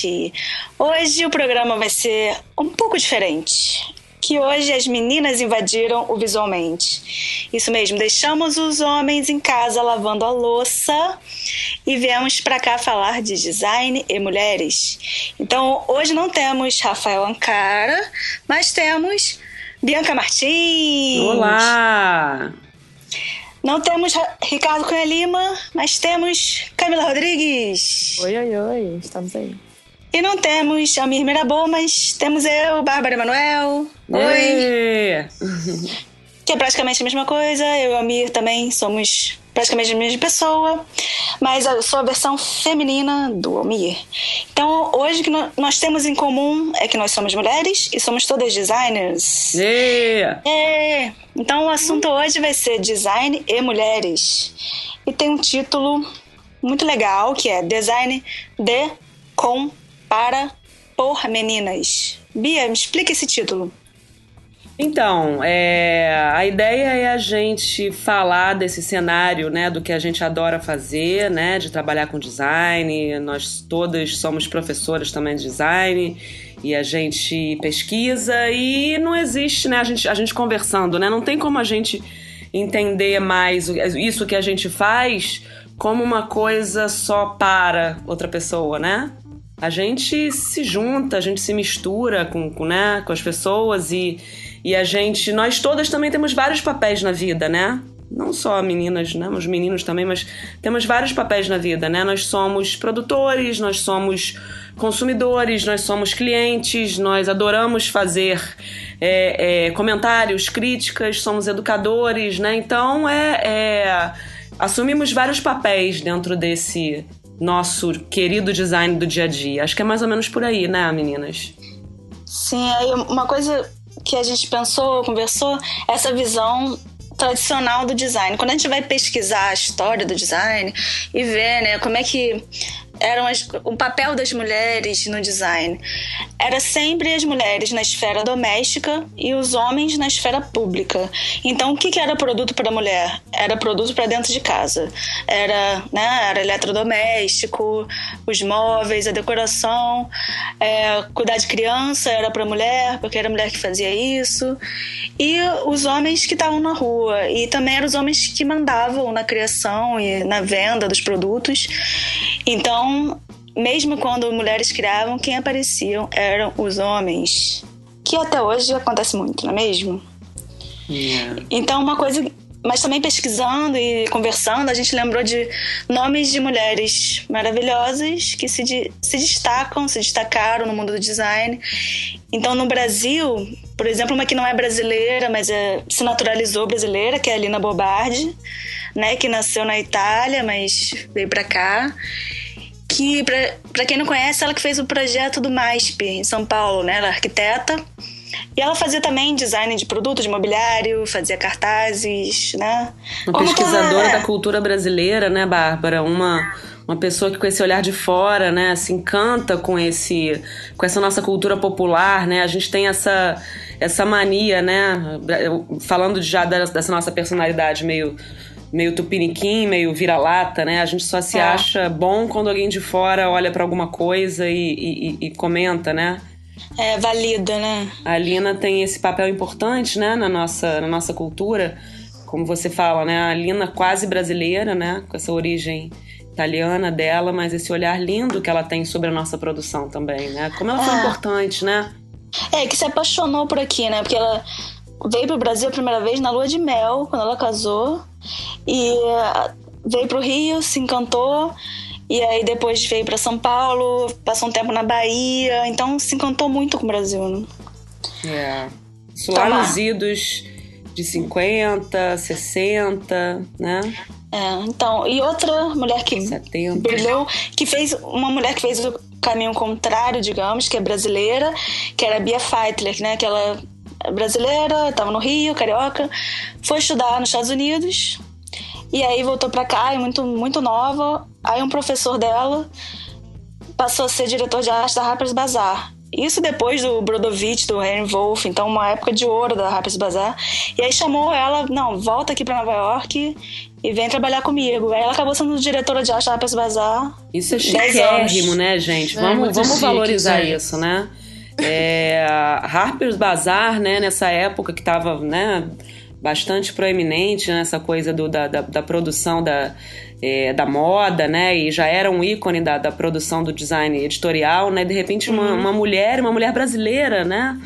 gente! Hoje o programa vai ser um pouco diferente. Que hoje as meninas invadiram o Visualmente. Isso mesmo, deixamos os homens em casa lavando a louça e viemos para cá falar de design e mulheres. Então, hoje não temos Rafael Ancara, mas temos Bianca Martins. Olá! Não temos Ricardo Cunha Lima, mas temos Camila Rodrigues. Oi, estamos aí. E não temos Almir Mirabô, mas temos eu, Bárbara Emanuel. Oi! Que é praticamente a mesma coisa. Eu e o Almir também somos praticamente a mesma pessoa, mas eu sou a versão feminina do Almir. Então, hoje o que nós temos em comum é que nós somos mulheres e somos todas designers. Então, o assunto hoje vai ser design e mulheres. E tem um título muito legal, que é Design de, com, para, por meninas. Bia, me explica esse título. Então, a ideia é a gente falar desse cenário, né, do que a gente adora fazer, né, de trabalhar com design. Nós todas somos professoras também de design e a gente pesquisa e não existe, né, a gente conversando, né, não tem como a gente entender mais isso que a gente faz como uma coisa só para outra pessoa, né? A gente se junta, a gente se mistura com as pessoas e nós todas também temos vários papéis na vida, né? Não só meninas, né? Os meninos também, mas temos vários papéis na vida, né? Nós somos produtores, nós somos consumidores, nós somos clientes, nós adoramos fazer comentários, críticas, somos educadores, né? Então, assumimos vários papéis dentro desse nosso querido design do dia a dia. Acho que é mais ou menos por aí, né, meninas? Sim, aí uma coisa que a gente pensou, conversou, essa visão tradicional do design. Quando a gente vai pesquisar a história do design e ver, né, como é que eram o papel das mulheres no design, era sempre as mulheres na esfera doméstica e os homens na esfera pública. Então, o que era produto para a mulher? Era produto para dentro de casa. Era eletrodoméstico, os móveis, a decoração, cuidar de criança era para a mulher, porque era a mulher que fazia isso. E os homens que estavam na rua. E também eram os homens que mandavam na criação e na venda dos produtos. Então, mesmo quando mulheres criavam, quem apareciam eram os homens. Que até hoje acontece muito, não é mesmo? Yeah. Então, uma coisa... Mas também pesquisando e conversando, a gente lembrou de nomes de mulheres maravilhosas que se destacaram no mundo do design. Então, no Brasil, por exemplo, uma que não é brasileira, mas se naturalizou brasileira, que é a Lina Bobardi, né, que nasceu na Itália, mas veio pra cá. Que, pra quem não conhece, ela que fez o projeto do MASP em São Paulo, né? Ela é arquiteta. E ela fazia também design de produtos, de mobiliário, fazia cartazes, né? Uma pesquisadora da cultura brasileira, né, Bárbara? Uma pessoa que com esse olhar de fora, né, se encanta com essa nossa cultura popular, né? A gente tem essa mania, né? Falando já dessa nossa personalidade meio tupiniquim, meio vira-lata, né? A gente só se acha bom quando alguém de fora olha pra alguma coisa e comenta, né? Valida, né? A Lina tem esse papel importante, né, na nossa cultura, como você fala, né? A Lina quase brasileira, né? Com essa origem italiana dela, mas esse olhar lindo que ela tem sobre a nossa produção também, né? Como ela foi importante, né? Que se apaixonou por aqui, né? Porque ela veio pro Brasil a primeira vez na lua de mel, quando ela casou, e veio pro Rio, se encantou. E aí depois veio pra São Paulo, passou um tempo na Bahia, então se encantou muito com o Brasil, né? Isso lá nos idos de 50, 60, né? Então, e outra mulher que 70. brilhou, uma mulher que fez o caminho contrário, digamos, que é brasileira, que era a Bia Feitler, né? Que ela é brasileira, estava no Rio, carioca, foi estudar nos Estados Unidos. E aí voltou pra cá, muito, muito nova. Aí um professor dela passou a ser diretor de arte da Harper's Bazaar. Isso depois do Brodovitch, do Henry Wolff, então uma época de ouro da Harper's Bazaar. E aí chamou ela, não, volta aqui pra Nova York e vem trabalhar comigo. Aí ela acabou sendo diretora de arte da Harper's Bazaar. Isso é chiquérrimo, né, gente? Vamos chique, valorizar gente. isso, né? Harper's Bazaar, né, nessa época que estava, né, bastante proeminente nessa coisa da produção da moda, né, e já era um ícone da produção do design editorial, né, de repente uma mulher brasileira, né?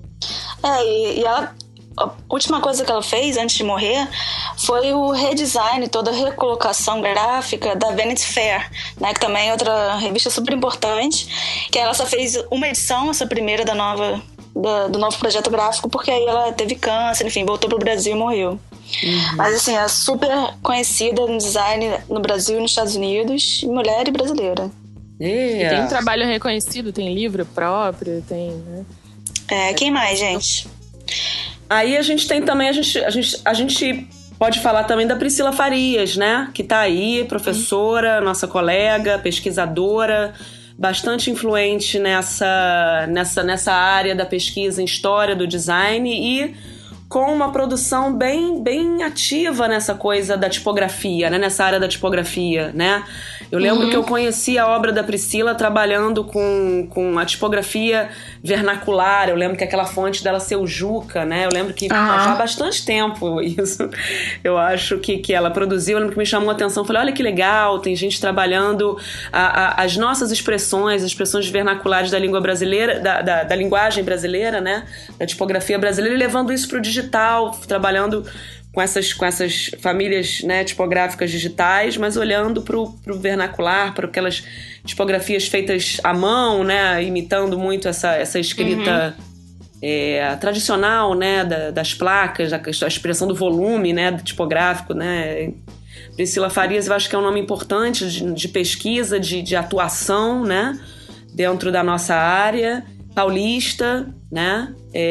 E ela, a última coisa que ela fez antes de morrer foi o redesign, toda a recolocação gráfica da Vanity Fair, né, que também é outra revista super importante, que ela só fez uma edição, essa primeira do novo projeto gráfico, porque aí ela teve câncer, enfim, voltou pro Brasil e morreu. Mas assim, é super conhecida no design no Brasil e nos Estados Unidos, mulher e brasileira. E tem um trabalho reconhecido, tem livro próprio, tem, né? Quem mais, gente? Aí a gente tem também, a gente pode falar também da Priscila Farias, né? Que tá aí, professora, nossa colega, pesquisadora, bastante influente nessa área da pesquisa em história do design e com uma produção bem ativa nessa coisa da tipografia, né? Nessa área da tipografia, né? Eu lembro que eu conheci a obra da Priscila trabalhando com a tipografia vernacular. Eu lembro que aquela fonte dela ser o Juca, né? Eu lembro que já há bastante tempo isso. Eu acho que ela produziu. Eu lembro que me chamou a atenção. Eu falei, olha que legal, tem gente trabalhando as nossas expressões, as expressões vernaculares da língua brasileira, da linguagem brasileira, né? Da tipografia brasileira, e levando isso para o digital, trabalhando com essas famílias, né, tipográficas digitais, mas olhando para o vernacular, para aquelas tipografias feitas à mão, né, imitando muito essa escrita tradicional, né, das placas, a expressão do volume, né, do tipográfico, né. Priscila Farias, eu acho que é um nome importante de pesquisa, de atuação, né, dentro da nossa área, paulista, né.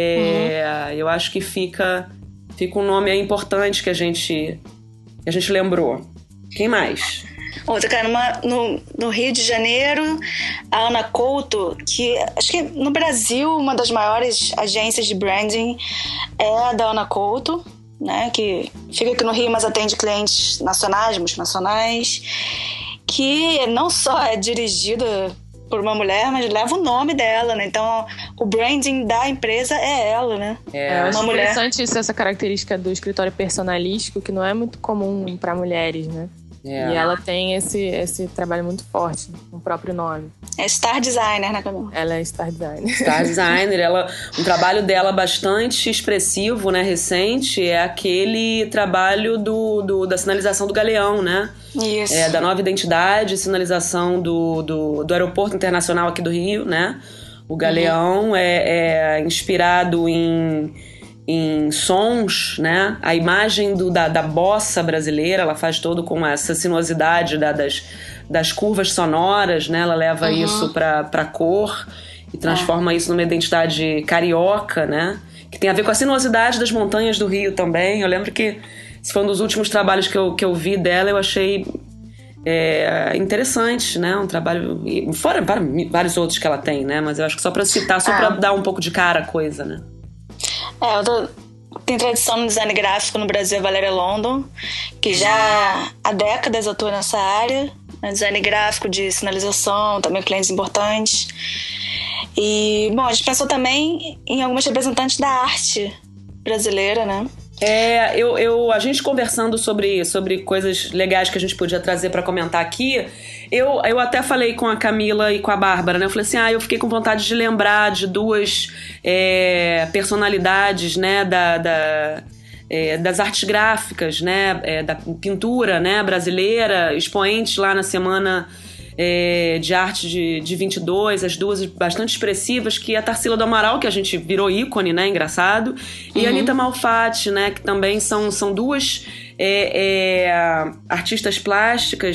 Eu acho que fica um nome aí importante que a gente lembrou. Quem mais? Outra, cara, no Rio de Janeiro, a Ana Couto, que acho que no Brasil uma das maiores agências de branding é a da Ana Couto, né, que fica aqui no Rio, mas atende clientes nacionais, multinacionais, que não só é dirigida por uma mulher, mas leva o nome dela, né? Então, o branding da empresa é ela, né? Eu acho interessante isso, essa característica do escritório personalístico, que não é muito comum para mulheres, né? E ela tem esse trabalho muito forte, com o próprio nome. É Star Designer, né, Camila? Ela é Star Designer. Star Designer. Um trabalho dela bastante expressivo, né, recente, é aquele trabalho da sinalização do Galeão, né? Isso. Da nova identidade, sinalização do Aeroporto Internacional aqui do Rio, né? O Galeão é inspirado em sons, né? A imagem da bossa brasileira, ela faz todo com essa sinuosidade das curvas sonoras, né? Ela leva isso pra cor e transforma isso numa identidade carioca, né? Que tem a ver com a sinuosidade das montanhas do Rio também. Eu lembro que esse foi um dos últimos trabalhos que eu vi dela, eu achei interessante, né? Um trabalho, fora vários outros que ela tem, né? Mas eu acho que só pra citar, só pra dar um pouco de cara a coisa, né? Tem tradição no design gráfico no Brasil, a Valéria London, que já há décadas atua nessa área, né? Design gráfico de sinalização, também clientes importantes. E, bom, a gente pensou também em algumas representantes da arte brasileira, né? A gente conversando sobre coisas legais que a gente podia trazer para comentar aqui, eu até falei com a Camila e com a Bárbara, né? Eu falei assim, eu fiquei com vontade de lembrar de duas personalidades, né? Das artes gráficas, né? Da pintura, né? Brasileira, expoentes lá na Semana de Arte de 22, as duas bastante expressivas, que é a Tarsila do Amaral, que a gente virou ícone, né, engraçado, e a Anitta Malfatti, né, que também são duas artistas plásticas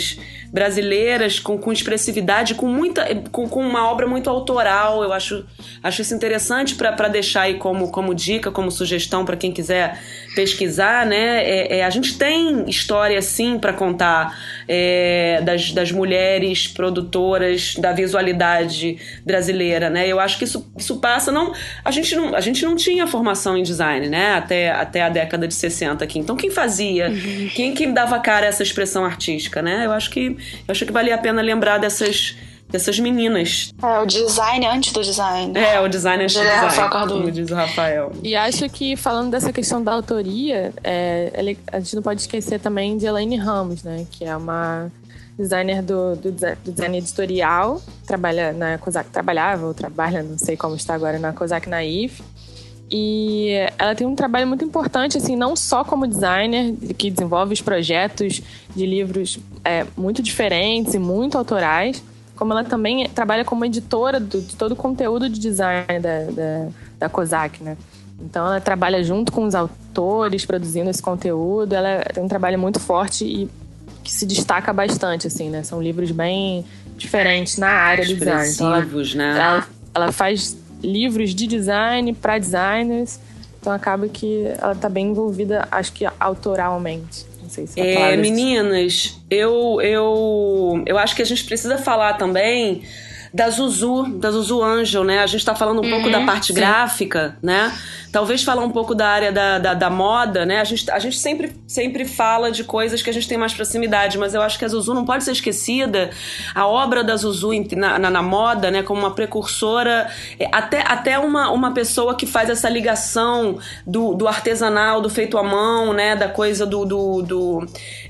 brasileiras com expressividade, com uma obra muito autoral. Eu acho isso interessante para deixar aí como dica, como sugestão para quem quiser pesquisar, né? A gente tem história, sim, para contar das mulheres produtoras, da visualidade brasileira, né? Eu acho que isso passa... A gente não tinha formação em design, né? Até a década de 60 aqui. Então, quem fazia? Quem que dava cara a essa expressão artística, né? Eu acho que valia a pena lembrar dessas meninas. O design antes do design. O design antes do design, como diz o Rafael. E acho que, falando dessa questão da autoria, a gente não pode esquecer também de Elaine Ramos, né? Que é uma designer do design editorial, trabalha na Cosac, trabalha, não sei como está agora, na Cosac Naif. E ela tem um trabalho muito importante, assim, não só como designer, que desenvolve os projetos de livros muito diferentes e muito autorais, como ela também trabalha como editora de todo o conteúdo de design da Cosac, né? Então ela trabalha junto com os autores, produzindo esse conteúdo. Ela tem um trabalho muito forte e que se destaca bastante, assim, né? São livros bem diferentes na área do design. Então ela faz livros de design para designers, então acaba que ela tá bem envolvida, acho que autoralmente. Não sei se meninas, eu acho que a gente precisa falar também da Zuzu Angel, né? A gente tá falando um pouco da parte gráfica, né? Talvez falar um pouco da área da moda, né? A gente sempre fala de coisas que a gente tem mais proximidade, mas eu acho que a Zuzu não pode ser esquecida. A obra da Zuzu na moda, né? Como uma precursora, até uma pessoa que faz essa ligação do artesanal, do feito à mão, né? Da coisa do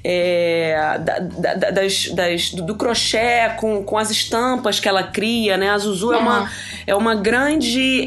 crochê com as estampas que ela cria, né? A Zuzu é uma grande...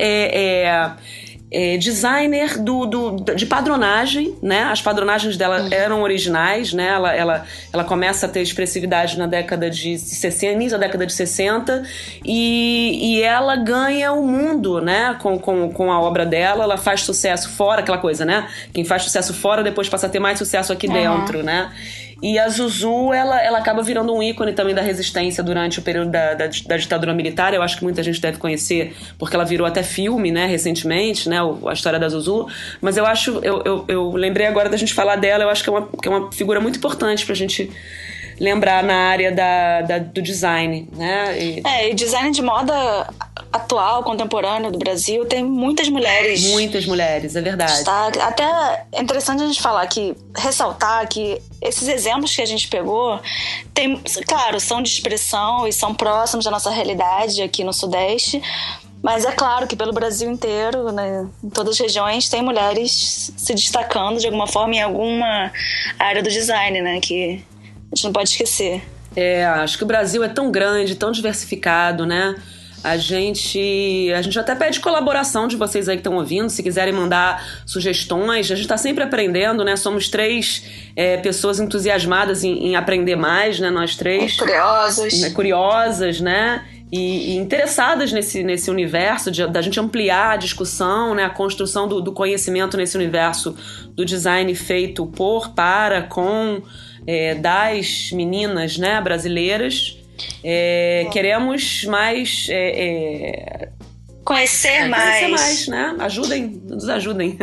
designer de padronagem, né? As padronagens dela eram originais, né? Ela começa a ter expressividade na década de 60, início da década de 60, e ela ganha o mundo, né? Com a obra dela. Ela faz sucesso fora, aquela coisa, né? Quem faz sucesso fora depois passa a ter mais sucesso aqui dentro, né? E a Zuzu, ela acaba virando um ícone também da resistência durante o período da ditadura militar. Eu acho que muita gente deve conhecer, porque ela virou até filme, né, recentemente, né, a história da Zuzu. Mas eu lembrei agora da gente falar dela. Eu acho que é uma figura muito importante pra gente lembrar na área do design, né? E design de moda atual, contemporâneo do Brasil, tem muitas mulheres. Muitas mulheres, é verdade. Até é interessante a gente ressaltar que esses exemplos que a gente pegou, claro, são de expressão e são próximos da nossa realidade aqui no Sudeste, mas é claro que pelo Brasil inteiro, né, em todas as regiões, tem mulheres se destacando de alguma forma em alguma área do design, né, que a gente não pode esquecer. Acho que o Brasil é tão grande, tão diversificado, né? A gente até pede colaboração de vocês aí que estão ouvindo, se quiserem mandar sugestões. A gente está sempre aprendendo, né? Somos 3 pessoas entusiasmadas em aprender mais, né? Nós 3. Curiosas, né? E interessadas nesse universo, da gente ampliar a discussão, né? A construção do conhecimento nesse universo do design feito com das meninas, né, brasileiras. Queremos mais conhecer mais, né? Nos ajudem.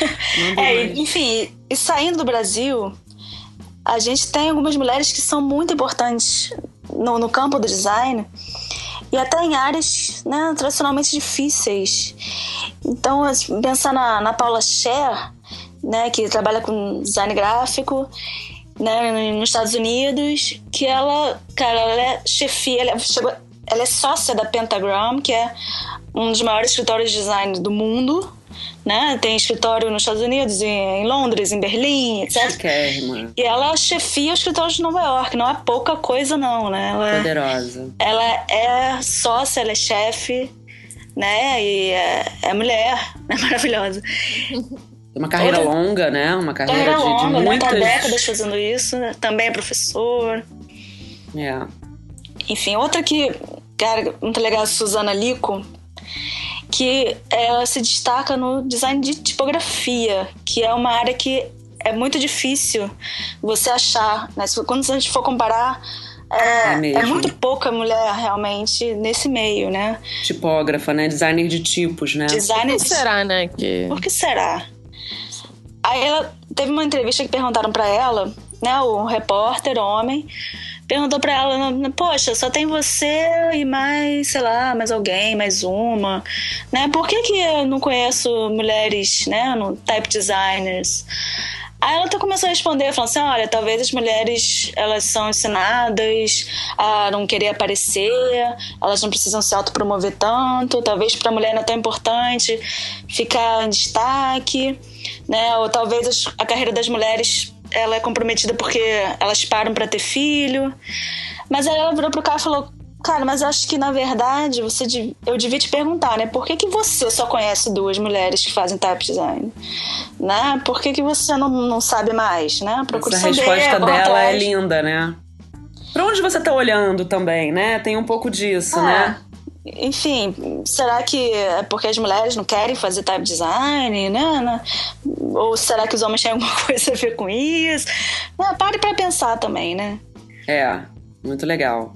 Enfim, e saindo do Brasil, a gente tem algumas mulheres que são muito importantes no campo do design e até em áreas, né, tradicionalmente difíceis. Então, pensar na Paula Scher, né, que trabalha com design gráfico, né, nos Estados Unidos, que ela é chefia, ela é sócia da Pentagram, que é um dos maiores escritórios de design do mundo, né? Tem escritório nos Estados Unidos, em Londres, em Berlim, etc. Chiquérrima. E ela chefia o escritório de Nova York, não é pouca coisa não, né? Poderosa. Ela é sócia, ela é chefe, né? E é mulher, é maravilhosa. Uma carreira longa, né? Uma carreira de muitas... Tá décadas fazendo isso, né? Também é professor. Enfim, outra cara, muito legal, a Suzana Lico, que ela se destaca no design de tipografia, que é uma área que é muito difícil você achar, né? Quando a gente for comparar É muito pouca mulher realmente nesse meio, né? Tipógrafa, né? Designer de tipos, né? Por que será, né? Por que será? Aí ela teve uma entrevista que perguntaram pra ela, né? O repórter, homem, perguntou pra ela, poxa, só tem você e mais, sei lá, mais alguém, mais uma, né? Por que eu não conheço mulheres, né? No type designers? Aí ela começou a responder, falando assim, olha, talvez as mulheres, elas são ensinadas a não querer aparecer, elas não precisam se autopromover tanto, talvez para a mulher não é tão importante ficar em destaque, né? Ou talvez a carreira das mulheres, ela é comprometida porque elas param para ter filho. Mas aí ela virou pro cara e falou, cara, mas acho que na verdade eu devia te perguntar, né? Por que você só conhece 2 mulheres que fazem type design? Né? Por que você não sabe mais, né? Procura saber. Essa resposta dela é linda, né? Pra onde você tá olhando também, né? Tem um pouco disso, né? Enfim, será que é porque as mulheres não querem fazer type design, né? Ou será que os homens têm alguma coisa a ver com isso? Pare pra pensar também, né? Muito legal.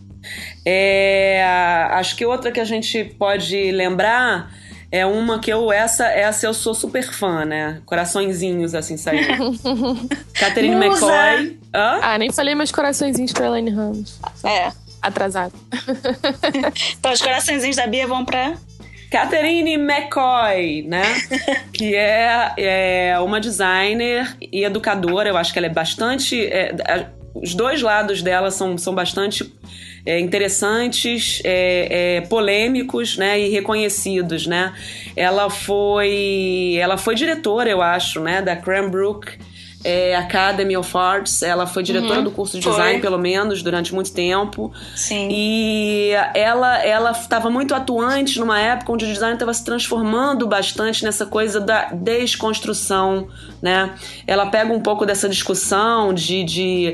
Acho que outra que a gente pode lembrar é uma que essa eu sou super fã, né? Coraçõezinhos assim saindo. Catherine McCoy. Nem falei meus coraçõezinhos pra Elaine Ramos. Atrasado. Então os coraçõezinhos da Bia vão pra Catherine McCoy, né? Que é uma designer e educadora. Eu acho que ela é bastante... os dois lados dela são bastante interessantes, polêmicos, né, e reconhecidos, né? Ela foi diretora, eu acho, né, da Cranbrook Academy of Arts. Ela foi diretora do curso de design, pelo menos, durante muito tempo. Sim. E ela estava muito atuante numa época onde o design estava se transformando bastante nessa coisa da desconstrução, né? Ela pega um pouco dessa discussão de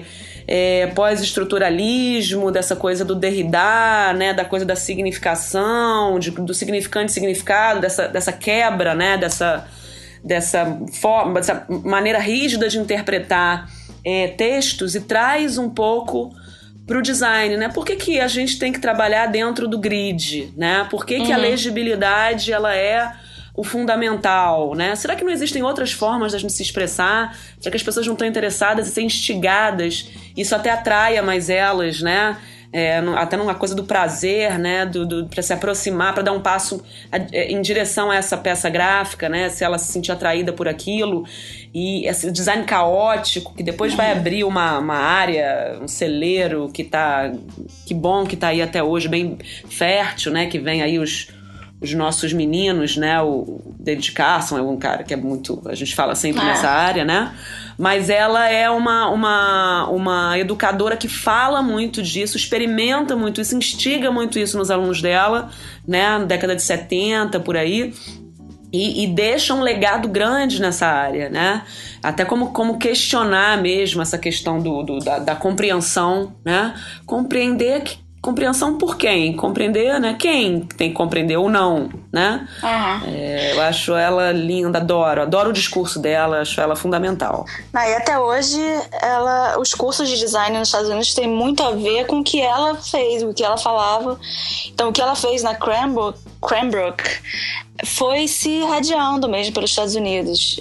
pós-estruturalismo, dessa coisa do Derrida, né, da coisa da significação, do significante e significado, dessa quebra, né, dessa forma, dessa maneira rígida de interpretar textos, e traz um pouco para o design, né? Por que a gente tem que trabalhar dentro do grid, né? Por que a legibilidade ela é o fundamental, né? Será que não existem outras formas de a gente se expressar? Será que as pessoas não estão interessadas em ser instigadas? Isso até atraia mais elas, né? Até numa coisa do prazer, né? Para se aproximar, para dar um passo em direção a essa peça gráfica, né? Se ela se sentir atraída por aquilo. E esse design caótico, que depois vai abrir uma área, um celeiro que bom que tá aí até hoje, bem fértil, né? Que vem aí os nossos meninos, né? O David Carson é um cara que é muito... A gente fala sempre nessa área, né? Mas ela é uma educadora que fala muito disso, experimenta muito isso, instiga muito isso nos alunos dela, né? Na década de 70, por aí. E deixa um legado grande nessa área, né? Até como questionar mesmo essa questão da compreensão, né? Compreensão por quem? Compreender, né? Quem tem que compreender ou não, né? Eu acho ela linda, adoro o discurso dela, acho ela fundamental. E até hoje, os cursos de design nos Estados Unidos têm muito a ver com o que ela fez, o que ela falava. Então, o que ela fez na Cranbrook foi se irradiando mesmo pelos Estados Unidos.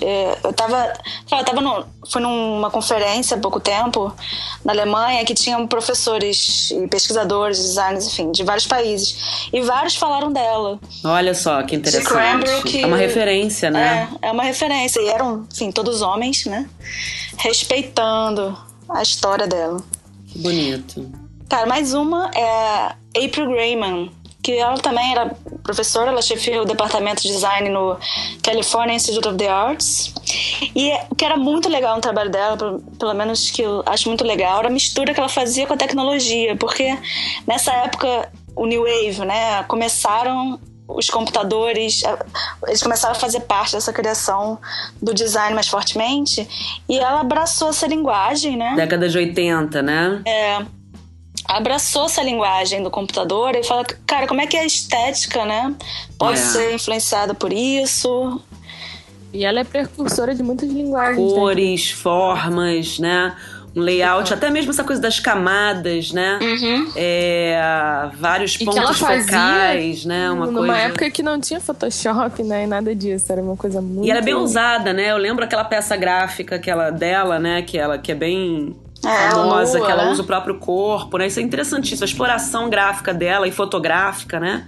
Fui numa conferência há pouco tempo na Alemanha que tinham professores e pesquisadores, designers, enfim, de vários países, e vários falaram dela. Olha só que interessante. É uma referência, né? É uma referência, e eram, enfim, todos homens, né, respeitando a história dela. Que bonito. Cara, mais uma é a April Grayman, que ela também era professora, ela chefia o departamento de design no California Institute of the Arts. E o que era muito legal no trabalho dela, pelo menos que eu acho muito legal, era a mistura que ela fazia com a tecnologia, porque nessa época, o New Wave, né, começaram os computadores, eles começaram a fazer parte dessa criação do design mais fortemente, e ela abraçou essa linguagem, né? Década de 80, né? Abraçou essa linguagem do computador e fala, cara, como é que a estética, né, pode ser influenciada por isso? E ela é precursora de muitas linguagens. Cores, formas, né? Um layout, até mesmo essa coisa das camadas, né? Vários pontos focais, né? Numa época que não tinha Photoshop, né? E nada disso, era uma coisa muito... E era bem ousada, né? Eu lembro aquela peça gráfica dela, né? Que é bem... famosa, que ela usa o próprio corpo, né? Isso é interessantíssimo. A exploração gráfica dela e fotográfica, né?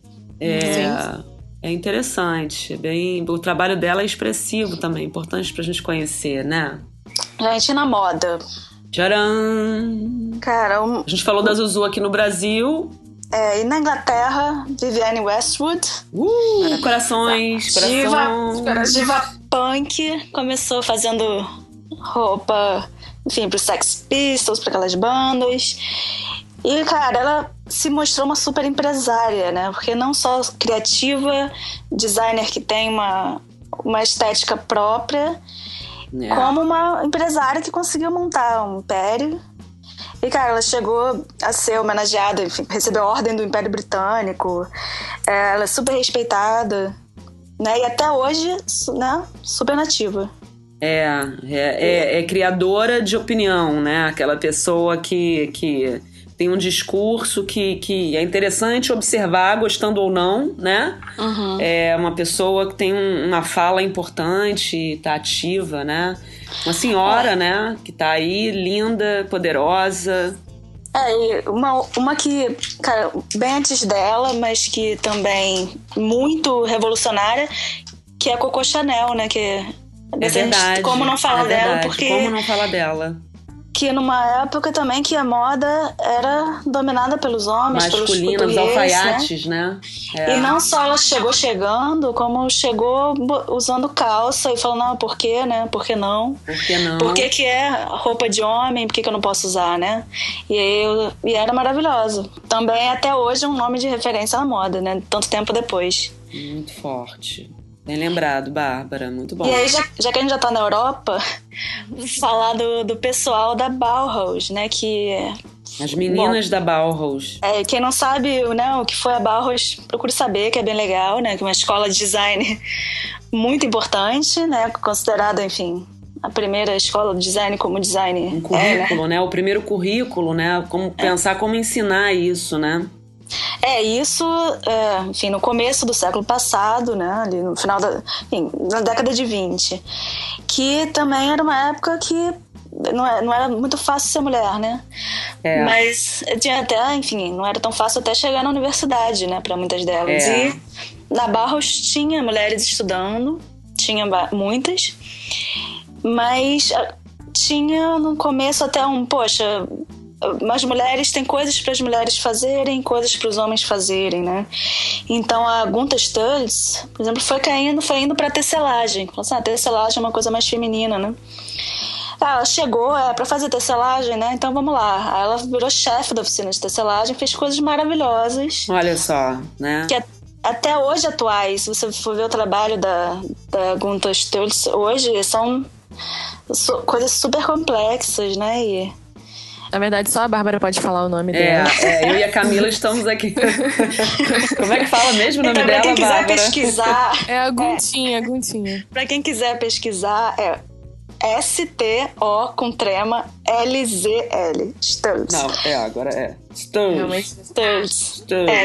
É interessante. O trabalho dela é expressivo também. Importante pra gente conhecer, né? Gente, na moda. Tcharam! Cara, a gente falou da Zuzu aqui no Brasil. E na Inglaterra, Vivienne Westwood. Corações. Diva punk. Começou fazendo roupa, enfim, pros Sex Pistols, pra aquelas bandas. E, cara, ela se mostrou uma super empresária, né? Porque não só criativa, designer que tem uma estética própria, como uma empresária que conseguiu montar um império. E, cara, ela chegou a ser homenageada, enfim, recebeu a ordem do Império Britânico. Ela é super respeitada, né? E até hoje, né, super nativa. É criadora de opinião, né? Aquela pessoa que tem um discurso que é interessante observar, gostando ou não, né? É uma pessoa que tem uma fala importante, tá ativa, né? Uma senhora, né? Que tá aí, linda, poderosa. E uma que, cara, bem antes dela, mas que também muito revolucionária, que é a Coco Chanel, né? Que é verdade. Como não falar dela, porque... Como não falar dela? Que numa época também que a moda era dominada pelos homens, masculina, pelos os alfaiates, né? E não só ela chegou chegando, como chegou usando calça e falou, não, por quê, né? Por que não? Por que não? Por que é roupa de homem? Por que eu não posso usar, né? E era maravilhoso. Também até hoje é um nome de referência na moda, né? Tanto tempo depois. Muito forte. Bem lembrado, Bárbara. Muito bom. E aí, já que a gente já tá na Europa, falar do pessoal da Bauhaus, né? As meninas da Bauhaus. Quem não sabe, né, o que foi a Bauhaus, procure saber, que é bem legal, né? Que é uma escola de design muito importante, né? Considerada, enfim, a primeira escola de design como design. Um currículo, né? O primeiro currículo, né? Como pensar como ensinar isso, né? Isso, enfim, no começo do século passado, né, ali no final na década de 20, que também era uma época que não era muito fácil ser mulher, né? Mas tinha até, enfim, não era tão fácil até chegar na universidade, né, para muitas delas. E na Bauhaus tinha mulheres estudando, tinha muitas, mas tinha no começo até as mulheres têm coisas para as mulheres fazerem, coisas para os homens fazerem, né? Então a Gunther Stultz, por exemplo, foi indo para tecelagem. Falou assim, a tecelagem é uma coisa mais feminina, né? Ela chegou para fazer tecelagem, né? Então vamos lá. Aí ela virou chefe da oficina de tecelagem, fez coisas maravilhosas. Olha só, né? Que até hoje atuais, se você for ver o trabalho da Gunther Stultz hoje, são coisas super complexas, né? Na verdade, só a Bárbara pode falar o nome dela. Eu e a Camila estamos aqui. Como é que fala mesmo o nome dela, Bárbara? Pra quem quiser Bárbara? pesquisar... É a Guntinha. Pra quem quiser pesquisar, S-T-O com trema L-Z-L. Stultz. Não, agora é. Stultz.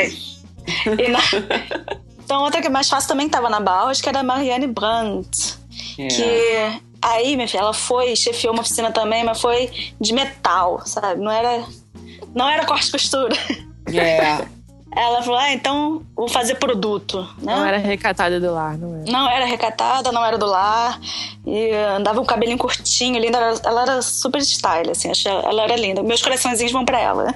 Então, outra que é mais fácil também estava na Bauhaus, que era a Marianne Brandt. Que... Aí, minha filha, ela chefiou uma oficina também, mas foi de metal, sabe? Não era corte e costura. Ela falou, então vou fazer produto, né? Não era recatada do lar, não era? Não era recatada, não era do lar. E andava com o cabelinho curtinho, linda. Ela era super style, assim, ela era linda. Meus coraçõezinhos vão pra ela.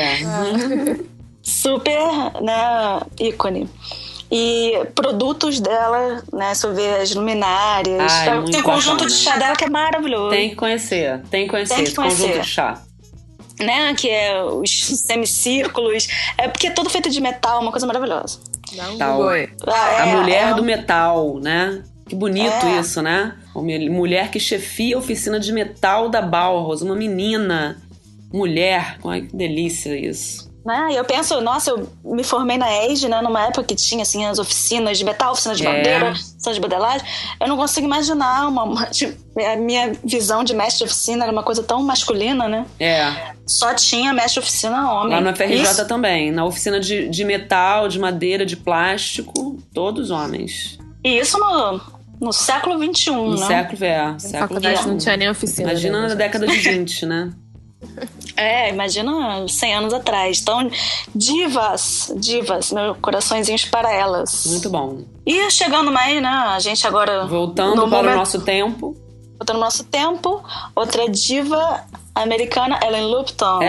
Super, né, ícone. E produtos dela, né? Se eu ver as luminárias. Tem um conjunto de chá dela que é maravilhoso. Tem que conhecer esse conjunto de chá. Né? Que é os semicírculos. Porque é todo feito de metal, uma coisa maravilhosa. A mulher do metal, né? Que bonito isso, né? Mulher que chefia a oficina de metal da Bauhaus. Uma menina, mulher. Ai, que delícia isso. Né? E eu penso, nossa, eu me formei na ESD, né, numa época que tinha assim, as oficinas de metal, oficinas de madeira, oficinas de modelagem. Eu não consigo imaginar a minha visão de mestre de oficina era uma coisa tão masculina, né? Só tinha mestre de oficina homem. Lá no FRJ também, na oficina de metal, de madeira, de plástico, todos homens. E isso no século XXI, no né? Na faculdade não tinha nem oficina. Imagina na década de 20, né? Imagina 100 anos atrás. Então, divas, meus coraçõezinhos para elas. Muito bom. E chegando mais, né, a gente agora... Voltando para o nosso tempo. Voltando ao nosso tempo, outra diva americana, Ellen Lupton.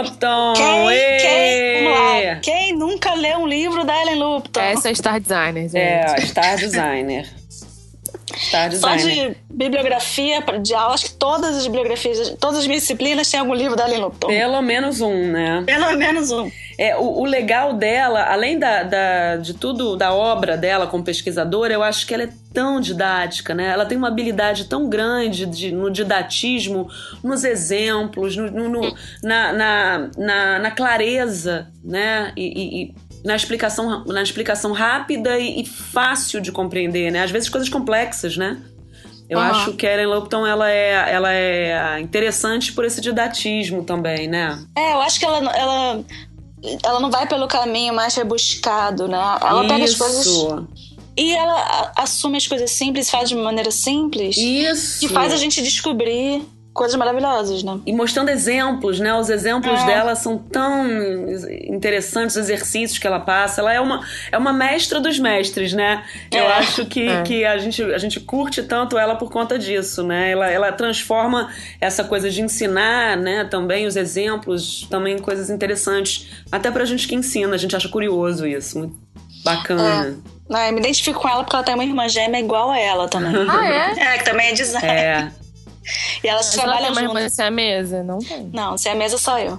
Quem nunca leu um livro da Ellen Lupton? Essa é Star Designer, gente. Star Designer. Só de bibliografia, de aula, acho que todas as bibliografias, todas as minhas disciplinas têm algum livro da Ellen Lupton. Pelo menos um, né? Pelo menos um. O legal dela, além de tudo, da obra dela como pesquisadora, eu acho que ela é tão didática, né? Ela tem uma habilidade tão grande no didatismo, nos exemplos, na clareza, né? E na explicação rápida e fácil de compreender, né? Às vezes coisas complexas, né? Eu acho que a Ellen Lupton, ela é interessante por esse didatismo também, né? Eu acho que ela não vai pelo caminho mais rebuscado, né? Ela pega as coisas... E ela assume as coisas simples, faz de maneira simples. Isso. Que faz a gente descobrir coisas maravilhosas, né? E mostrando exemplos, né? Os exemplos dela são tão interessantes, os exercícios que ela passa. Ela é uma mestra dos mestres, né? Eu acho que a gente curte tanto ela por conta disso, né? Ela transforma essa coisa de ensinar, né? Também os exemplos, também coisas interessantes. Até pra gente que ensina, a gente acha curioso isso. Muito bacana. Eu me identifico com ela porque ela tem uma irmã gêmea igual a ela também. Que também é design. E elas trabalham juntas. Mas se é a mesa? Não tem. Não, se é a mesa só eu.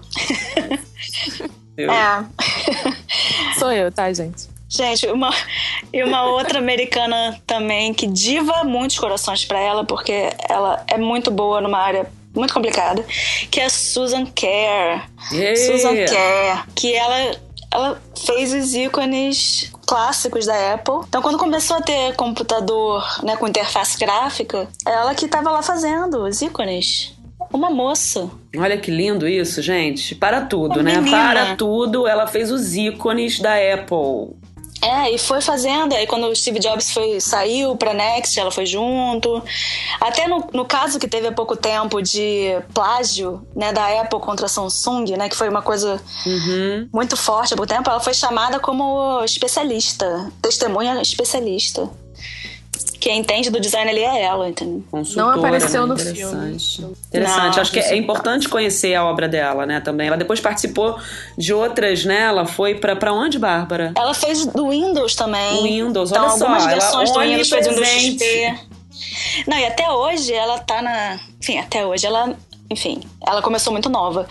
Sou eu, tá, gente? Gente, uma outra americana também que diva muitos corações pra ela, porque ela é muito boa numa área muito complicada, que é a Susan Kare. Susan Kare, que ela fez os ícones clássicos da Apple. Então, quando começou a ter computador, né, com interface gráfica, ela que estava lá fazendo os ícones. Uma moça. Olha que lindo isso, gente. Para tudo, né? Para tudo, ela fez os ícones da Apple. E foi fazendo. Aí quando o Steve Jobs saiu pra Next, ela foi junto. Até no caso que teve há pouco tempo de plágio, né, da Apple contra a Samsung, né, que foi uma coisa muito forte há pouco tempo, ela foi chamada como especialista, testemunha especialista. Quem entende do design ali é ela, entendeu? Não apareceu no filme. Interessante. Não, acho que é importante conhecer a obra dela, né, também. Ela depois participou de outras, né? Ela foi pra onde, Bárbara? Ela fez do Windows também. O Windows, então, olha só. Algumas versões do Windows fez do XP. Não, e até hoje ela tá na... Enfim, até hoje ela... Enfim, ela começou muito nova.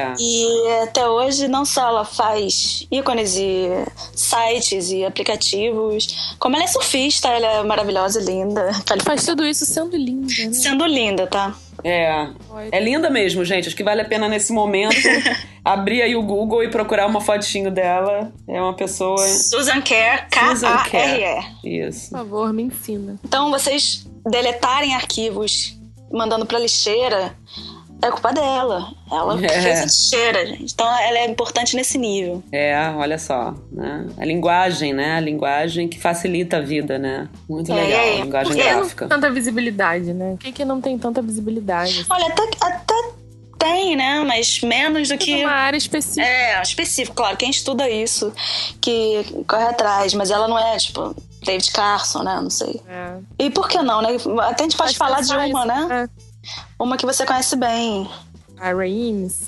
E até hoje, não só ela faz ícones e sites e aplicativos, como ela é surfista, ela é maravilhosa e linda. Ela faz tudo isso sendo linda, né? Sendo linda, tá? É linda mesmo, gente. Acho que vale a pena nesse momento abrir aí o Google e procurar uma fotinho dela. É uma pessoa... Susan Kare, K-A-R-E. Isso. Por favor, me ensina. Então, vocês deletarem arquivos mandando pra lixeira... É culpa dela. Ela fez a lixeira, gente. Então ela é importante nesse nível. Olha só, né? A linguagem, né? A linguagem que facilita a vida, né? Muito legal, a linguagem gráfica. Não tem tanta visibilidade, né? Por que não tem tanta visibilidade? Olha, até tem, né? Mas menos do que... Uma área específica. Específica. Claro, quem estuda isso, que corre atrás. Mas ela não é, tipo... David Carson, né? Não sei. E por que não, né? Até a gente pode falar de uma, né? Uma que você conhece bem. A Ray Eames.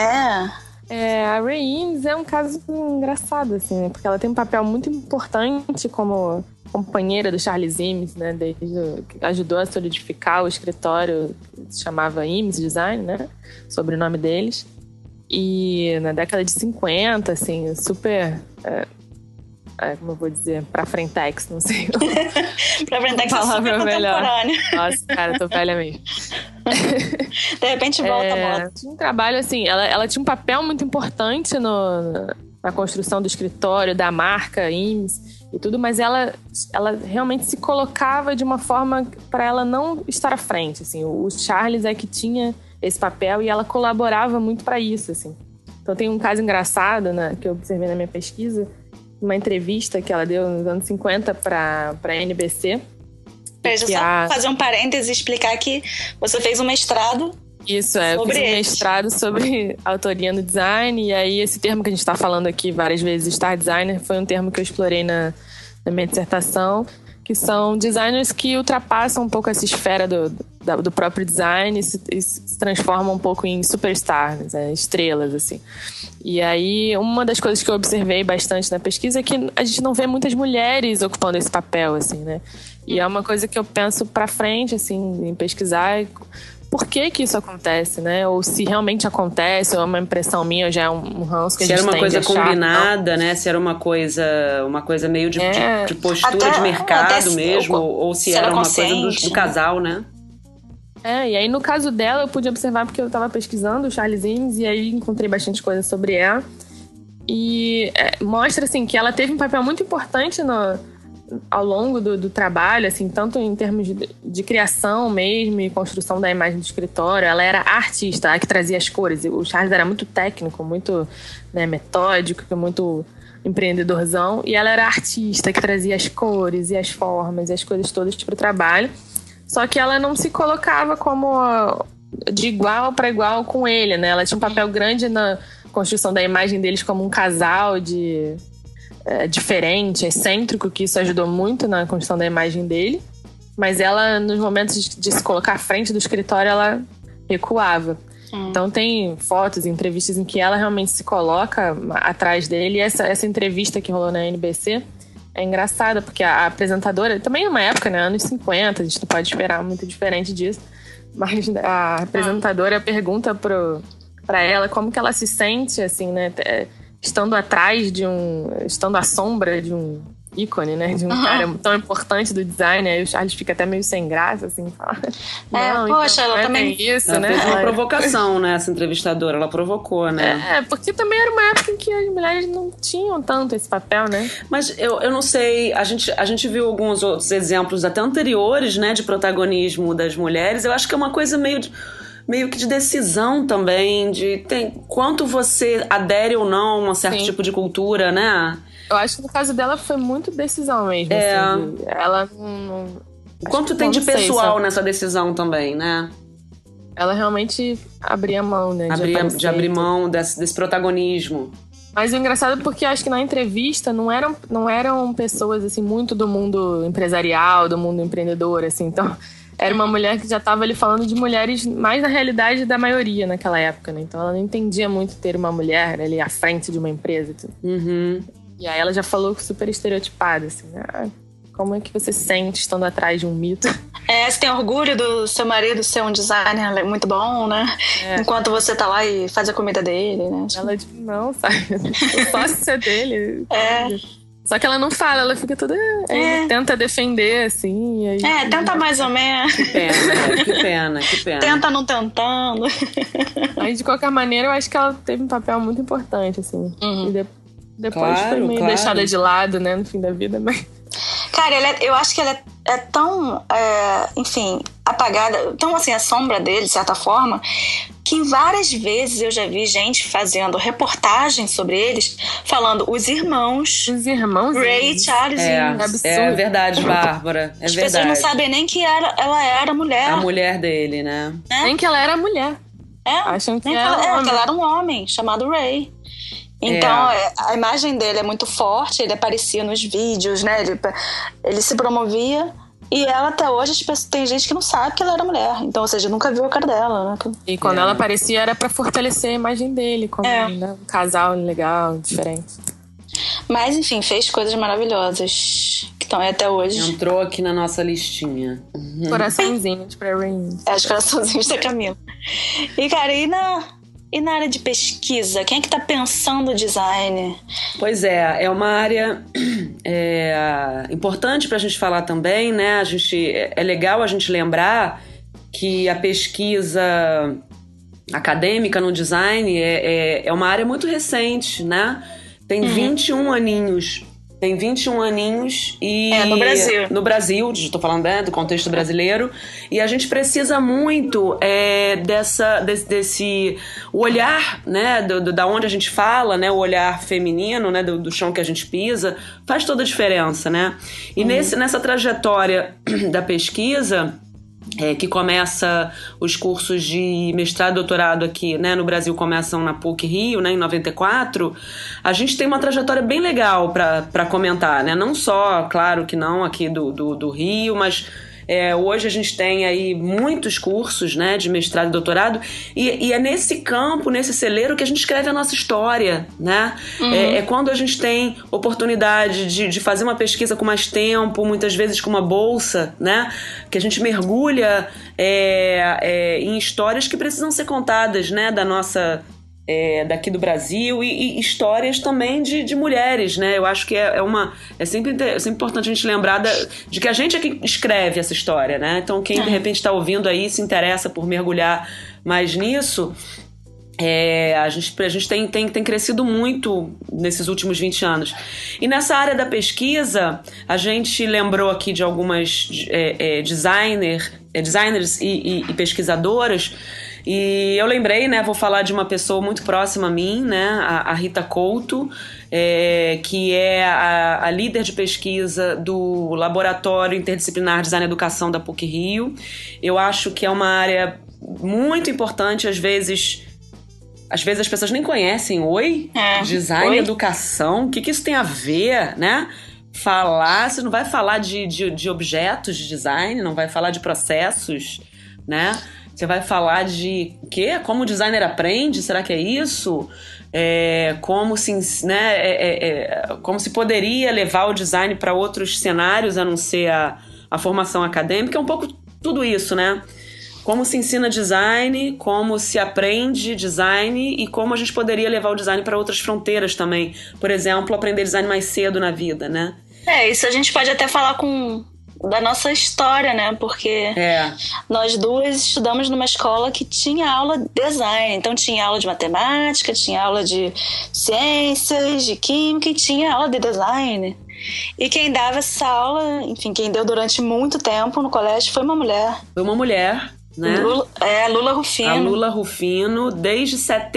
A Ray Eames é um caso engraçado, assim, né? Porque ela tem um papel muito importante como companheira do Charles Eames, né? Que ajudou a solidificar o escritório que se chamava Eames Design, né? Sobrenome deles. E na década de 50, assim, super... como eu vou dizer, pra frentex, não sei. Pra frentex é super contemporâneo. Nossa, cara, tô velha mesmo. De repente volta a moda. Um trabalho assim, ela tinha um papel muito importante na construção do escritório, da marca IMS e tudo, mas ela realmente se colocava de uma forma para ela não estar à frente, assim. O Charles é que tinha esse papel e ela colaborava muito para isso, assim. Então tem um caso engraçado, né, que eu observei na minha pesquisa, uma entrevista que ela deu nos anos 50 para a NBC. Deixa eu só fazer um parêntese e explicar que você fez um mestrado. Isso, eu fiz um mestrado sobre autoria no design, e aí esse termo que a gente está falando aqui várias vezes, Star Designer, foi um termo que eu explorei na minha dissertação, que são designers que ultrapassam um pouco essa esfera do próprio design e se transformam um pouco em superstars, né, estrelas, assim. E aí, uma das coisas que eu observei bastante na pesquisa é que a gente não vê muitas mulheres ocupando esse papel, assim, né? E é uma coisa que eu penso pra frente, assim, em pesquisar por que isso acontece, né? Ou se realmente acontece, ou é uma impressão minha, ou já é um ranço que a gente tem. Se era uma coisa achar, combinada, né? Se era uma coisa meio de postura de mercado mesmo, ou se era uma coisa do casal, né? E aí no caso dela eu pude observar porque eu tava pesquisando o Charles Eames e aí encontrei bastante coisa sobre ela. E mostra, assim, que ela teve um papel muito importante ao longo do trabalho, assim, tanto em termos de criação mesmo e construção da imagem do escritório. Ela era a artista, a que trazia as cores. O Charles era muito técnico, muito, né, metódico, muito empreendedorzão. E ela era a artista que trazia as cores e as formas e as coisas todas para o trabalho. Só que ela não se colocava como de igual para igual com ele, né? Ela tinha um papel grande na construção da imagem deles como um casal diferente, excêntrico, que isso ajudou muito na construção da imagem dele. Mas ela, nos momentos de se colocar à frente do escritório, ela recuava. Então tem fotos e entrevistas em que ela realmente se coloca atrás dele. E essa entrevista que rolou na NBC é engraçada, porque a apresentadora, também numa época, né, anos 50, a gente não pode esperar muito diferente disso, mas a apresentadora pergunta pra ela como que ela se sente, assim, né, estando estando à sombra de um ícone, né, de um cara tão importante do design. Aí o Charles fica até meio sem graça, assim, fala. Poxa, ela também isso, ela né? fez uma provocação, né, essa entrevistadora, ela provocou, né? Porque também era uma época em que as mulheres não tinham tanto esse papel, né? Mas eu não sei, a gente viu alguns outros exemplos até anteriores, né, de protagonismo das mulheres. Eu acho que é uma coisa meio que de decisão também, quanto você adere ou não a um certo tipo de cultura, né? Eu acho que no caso dela foi muito decisão mesmo. Assim, ela não... Quanto tem de pessoal nessa decisão também, né? Ela realmente abria mão, né? De abrir mão desse protagonismo. Mas o engraçado é porque eu acho que na entrevista não eram pessoas, assim, muito do mundo empresarial, do mundo empreendedor, assim. Então, era uma mulher que já estava ali falando de mulheres mais na realidade da maioria naquela época, né? Então, ela não entendia muito ter uma mulher ali à frente de uma empresa. Assim. E aí ela já falou super estereotipada, assim, né? Como é que você se sente estando atrás de um mito? Você tem orgulho do seu marido ser um designer muito bom, né? Enquanto você tá lá e faz a comida dele, né? Ela diz, não, sabe? O sócio é dele. Só que ela não fala, ela fica toda... tenta defender, assim. E aí, tenta mais ou menos. Que pena. Tenta não tentando. Mas, de qualquer maneira, eu acho que ela teve um papel muito importante, assim. E depois foi meio deixada de lado, né, no fim da vida, mas... Cara, eu acho que ela é tão, enfim, apagada, tão assim, a sombra dele, de certa forma, que várias vezes eu já vi gente fazendo reportagens sobre eles, falando os irmãos Ray e Charles. É verdade, Bárbara. As pessoas não sabem nem que ela era mulher. A mulher dele, né? Nem que ela era mulher. Acham que ela era um homem chamado Ray. Então, a imagem dele é muito forte, ele aparecia nos vídeos, né? Ele se promovia. E ela, até hoje, tem gente que não sabe que ela era mulher. Então, ou seja, nunca viu a cara dela, né? E quando ela aparecia, era pra fortalecer a imagem dele, como um casal legal, diferente. Mas, enfim, fez coisas maravilhosas que estão aí até hoje. Entrou aqui na nossa listinha. Coraçãozinho de Prairie. Os coraçãozinhos da Camila. E, cara, e na área de pesquisa, quem é que tá pensando o design? Pois é uma área importante pra gente falar também, né? É legal a gente lembrar que a pesquisa acadêmica no design é uma área muito recente, né? Tem 21 aninhos. Tem 21 aninhos e... no Brasil. No Brasil, estou falando do contexto brasileiro. E a gente precisa muito desse olhar, né? Da onde a gente fala, né? O olhar feminino, né? Do chão que a gente pisa. Faz toda a diferença, né? E nessa trajetória da pesquisa... que começa os cursos de mestrado e doutorado aqui, né, no Brasil começam na PUC-Rio, né, em 94, a gente tem uma trajetória bem legal para comentar, né, não só, claro que não aqui do Rio, mas hoje a gente tem aí muitos cursos, né, de mestrado e doutorado, e é nesse campo, nesse celeiro que a gente escreve a nossa história, né? É quando a gente tem oportunidade de fazer uma pesquisa com mais tempo, muitas vezes com uma bolsa, né? Que a gente mergulha em histórias que precisam ser contadas, né, da nossa... daqui do Brasil e histórias também de mulheres, né? Eu acho que é sempre importante a gente lembrar de que a gente é que escreve essa história, né? Então quem de repente está ouvindo aí se interessa por mergulhar mais nisso, a gente tem crescido muito nesses últimos 20 anos. E nessa área da pesquisa, a gente lembrou aqui de algumas designers e pesquisadoras. E eu lembrei, né, vou falar de uma pessoa muito próxima a mim, né, a Rita Couto, que é a líder de pesquisa do Laboratório Interdisciplinar Design e Educação da PUC-Rio. Eu acho que é uma área muito importante, às vezes as pessoas nem conhecem. Design e educação, o que isso tem a ver, né? Você não vai falar de objetos de design, não vai falar de processos, né? Você vai falar de o quê? Como o designer aprende? Será que é isso? Como se poderia levar o design para outros cenários a não ser a formação acadêmica? É um pouco tudo isso, né? Como se ensina design, como se aprende design e como a gente poderia levar o design para outras fronteiras também. Por exemplo, aprender design mais cedo na vida, né? Isso a gente pode até falar da nossa história, né? Porque nós duas estudamos numa escola que tinha aula de design. Então tinha aula de matemática, tinha aula de ciências, de química e tinha aula de design. E quem dava essa aula, enfim, quem deu durante muito tempo no colégio foi uma mulher. Foi uma mulher, né? Lula Rufino. A Lula Rufino, desde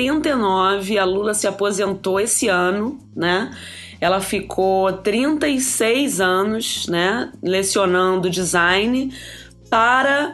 79, a Lula se aposentou esse ano, né? Ela ficou 36 anos, né, lecionando design para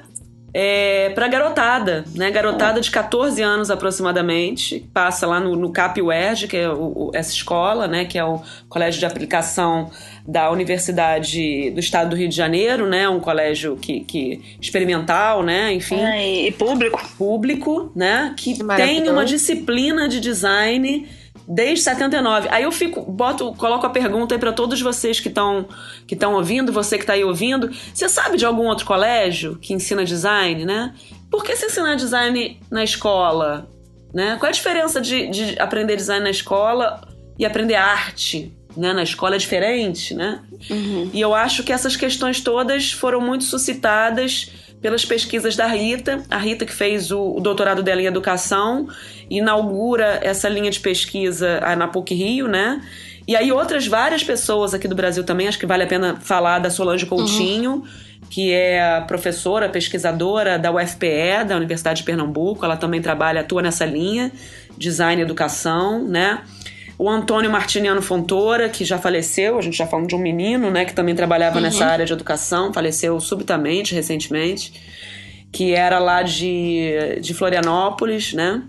garotada, né? Garotada de 14 anos aproximadamente, passa lá no CAP-UERJ, que é essa escola, né, que é o Colégio de Aplicação da Universidade do Estado do Rio de Janeiro, né, um colégio que experimental, né, enfim. E público, né, que tem uma disciplina de design desde 79. Aí eu coloco a pergunta aí para todos vocês que estão ouvindo, você que está aí ouvindo. Você sabe de algum outro colégio que ensina design, né? Por que você ensina design na escola? Né? Qual é a diferença de aprender design na escola e aprender arte? Né? Na escola é diferente, né? E eu acho que essas questões todas foram muito suscitadas pelas pesquisas da Rita. A Rita, que fez o doutorado dela em educação, inaugura essa linha de pesquisa na PUC-Rio, né? E aí várias pessoas aqui do Brasil também, acho que vale a pena falar da Solange Coutinho, que é a professora, pesquisadora da UFPE, da Universidade de Pernambuco. Ela também atua nessa linha, design e educação, né? O Antônio Martiniano Fontoura, que já faleceu, a gente já falando de um menino, né, que também trabalhava nessa área de educação, faleceu subitamente, recentemente, que era lá de Florianópolis, né?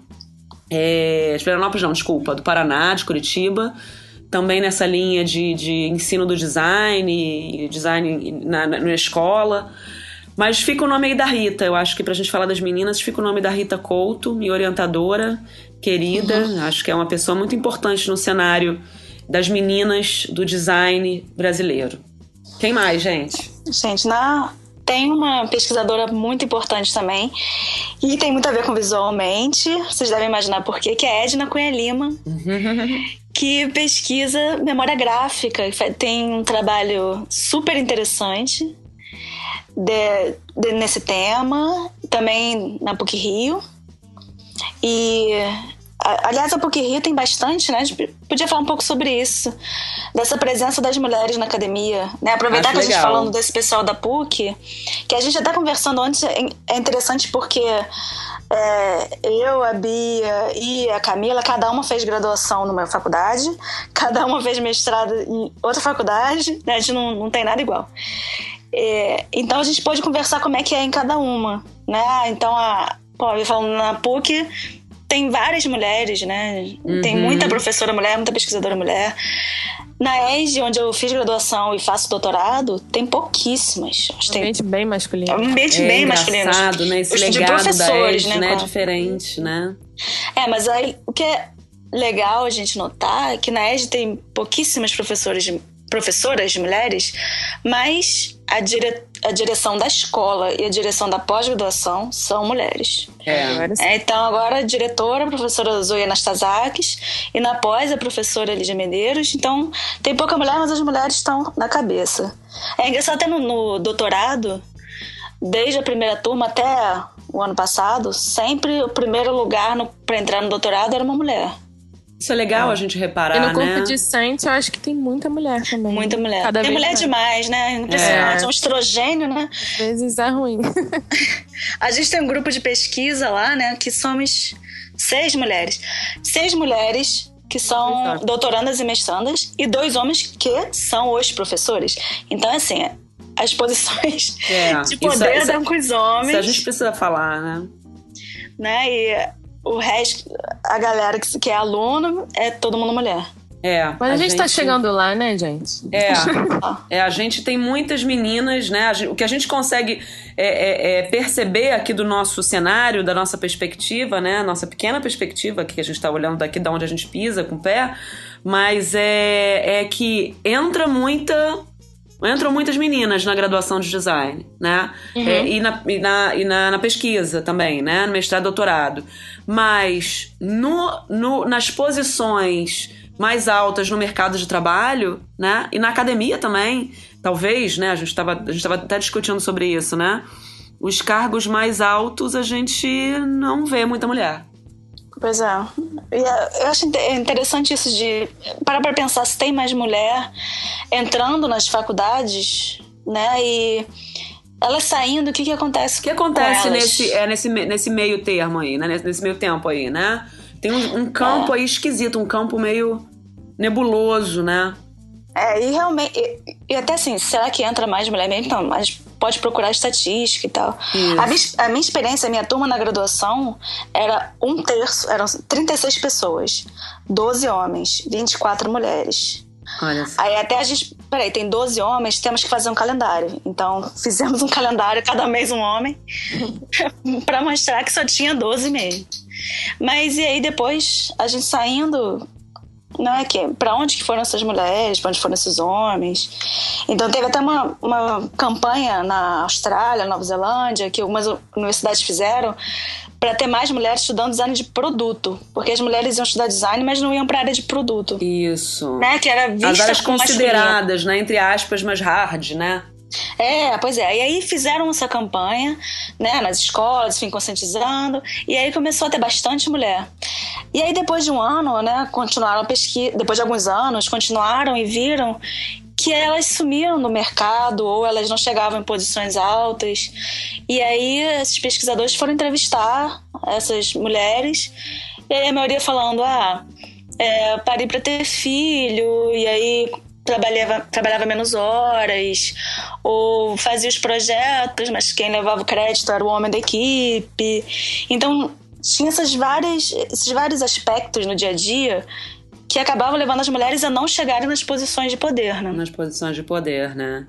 De Florianópolis não, desculpa, do Paraná, de Curitiba, também nessa linha de ensino do design na escola. Mas fica o nome aí da Rita. Eu acho que pra gente falar das meninas, fica o nome da Rita Couto, minha orientadora querida. Acho que é uma pessoa muito importante no cenário das meninas do design brasileiro. Quem mais, gente? Tem uma pesquisadora muito importante também, e tem muito a ver com visualmente. Vocês devem imaginar por quê, que é a Edna Cunha Lima, que pesquisa memória gráfica. Tem um trabalho super interessante nesse tema, também na PUC-Rio. E, aliás, a PUC-Rio tem bastante, né? A gente podia falar um pouco sobre isso, dessa presença das mulheres na academia, né? Aproveitar que a gente falando desse pessoal da PUC, que a gente até conversando antes, é interessante porque eu, a Bia e a Camila, cada uma fez graduação numa faculdade, cada uma fez mestrado em outra faculdade, né? A gente não tem nada igual. Então a gente pôde conversar como é que é em cada uma, né? Então, falando na PUC, tem várias mulheres, né? Tem muita professora mulher, muita pesquisadora mulher. Na ESG, onde eu fiz graduação e faço doutorado, tem pouquíssimas. Um ambiente bem masculino. Um ambiente bem masculino. Engraçado, né? Esse legado de professores, da ESG, né? Diferente, né? Mas aí, o que é legal a gente notar é que na ESG tem pouquíssimas professoras mulheres, mas a direção da escola e a direção da pós-graduação são mulheres. Então agora a diretora, a professora Zoe Anastasakis, e na pós a professora Lígia Medeiros. Então tem pouca mulher, mas as mulheres estão na cabeça. É engraçado, até no doutorado, desde a primeira turma até o ano passado, sempre o primeiro lugar para entrar no doutorado era uma mulher. Isso é legal a gente reparar, né? E no corpo discente, eu acho que tem muita mulher também. Muita mulher. Tem mulher demais, né? Impressionante. É um estrogênio, né? Às vezes é ruim. A gente tem um grupo de pesquisa lá, né? Que somos 6 mulheres. 6 mulheres que são doutorandas e mestrandas e 2 homens que são os professores. Então, assim, as posições de poder dão com os homens. Isso a gente precisa falar, né? E o resto, a galera que é aluno, é todo mundo mulher. Mas a gente tá chegando lá, né, gente? A gente tem muitas meninas, né? O que a gente consegue perceber aqui do nosso cenário, da nossa perspectiva, né? Nossa pequena perspectiva, que a gente tá olhando daqui de onde a gente pisa com o pé, mas é que entram muitas meninas na graduação de design, né? E na pesquisa também, né? No mestrado e doutorado. Mas nas posições mais altas no mercado de trabalho, né? E na academia também, talvez, né? A gente tava até discutindo sobre isso, né? Os cargos mais altos a gente não vê muita mulher. Pois é. E eu acho interessante isso de parar pra pensar se tem mais mulher entrando nas faculdades, né? E elas saindo, o que acontece? O que acontece nesse meio termo aí, né? Nesse meio tempo aí, né? Tem um campo aí esquisito, um campo meio nebuloso, né? E realmente... E até assim, será que entra mais mulher mesmo? Então, mas pode procurar estatística e tal. A minha experiência, a minha turma na graduação era 1/3, eram 36 pessoas. 12 homens, 24 mulheres. Olha só. Aí até a gente... Peraí, tem 12 homens, temos que fazer um calendário. Então, fizemos um calendário, cada mês um homem, pra mostrar que só tinha 12 mesmo. Mas e aí depois, a gente saindo... Não é que para onde que foram essas mulheres, para onde foram esses homens. Então teve até uma campanha na Austrália, Nova Zelândia, que algumas universidades fizeram para ter mais mulheres estudando design de produto, porque as mulheres iam estudar design, mas não iam para a área de produto. Isso. Né? Que era vista as áreas como consideradas, né, entre aspas, mais hard, né? Pois é. E aí fizeram essa campanha, né, nas escolas, enfim, conscientizando. E aí começou a ter bastante mulher. E aí depois de um ano, né, continuaram a pesquisa. Depois de alguns anos, continuaram e viram que elas sumiram no mercado ou elas não chegavam em posições altas. E aí esses pesquisadores foram entrevistar essas mulheres. E aí a maioria falando, parei para ter filho, e aí... Trabalhava menos horas, ou fazia os projetos, mas quem levava o crédito era o homem da equipe. Então, tinha esses vários aspectos no dia a dia que acabavam levando as mulheres a não chegarem nas posições de poder, né? Nas posições de poder, né?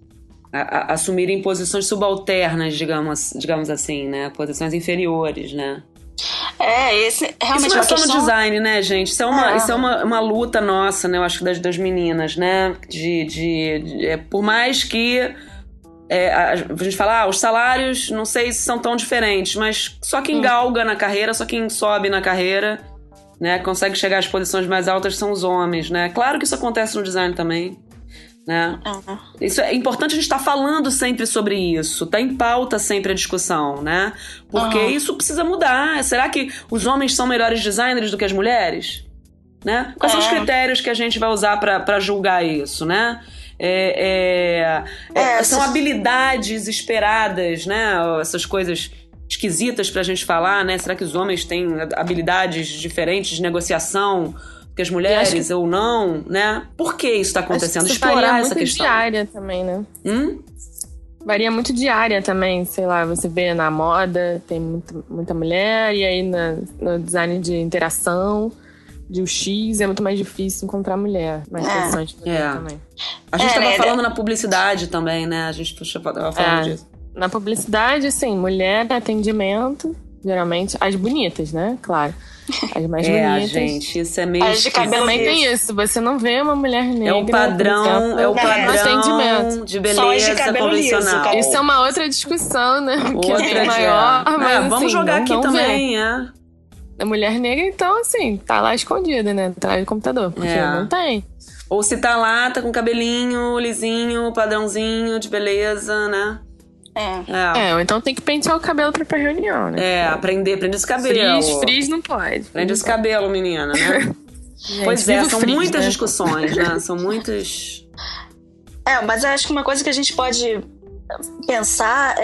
Assumirem posições subalternas, digamos assim, né? Posições inferiores, né? Esse realmente isso não é só no design, né, gente? Isso é uma luta nossa, né? Eu acho que das meninas, né? Por mais que a gente fala, os salários não sei se são tão diferentes, mas só quem galga na carreira, só quem sobe na carreira, né? Consegue chegar às posições mais altas são os homens, né? Claro que isso acontece no design também, né? Isso é importante, a gente estar falando sempre sobre isso, tá em pauta sempre a discussão, né? Porque isso precisa mudar. Será que os homens são melhores designers do que as mulheres? Né? Quais são os critérios que a gente vai usar para julgar isso, né? São habilidades esperadas, né? Essas coisas esquisitas pra gente falar, né? Será que os homens têm habilidades diferentes de negociação que as mulheres ou não, né? Por que isso está acontecendo? Explorar essa questão. Varia muito de área também, né? Varia muito de área também, sei lá, você vê na moda, tem muita mulher, e aí no design de interação, de UX, é muito mais difícil encontrar mulher, mais interessante também. A gente estava falando na publicidade também, né? A gente estava falando disso. Na publicidade, assim, mulher, atendimento, geralmente, as bonitas, né? Claro. As mais bonitas. Gente, isso é meio... As de cabelo também tem isso. Você não vê uma mulher negra. É o padrão, atendimento de beleza de convencional. Liso, isso é uma outra discussão, né? Que é maior, mas vamos jogar aqui também, A mulher negra, então, assim, tá lá escondida, né? Atrás do computador, porque não tem. Ou se tá lá, tá com cabelinho lisinho, padrãozinho de beleza, né? Ou então tem que pentear o cabelo pra ir pra reunião, né? Prender esse cabelo. Frizz não pode. Prende esse cabelo, menina, né? Gente, pois são muitas discussões, né? São muitas... Mas eu acho que uma coisa que a gente pode pensar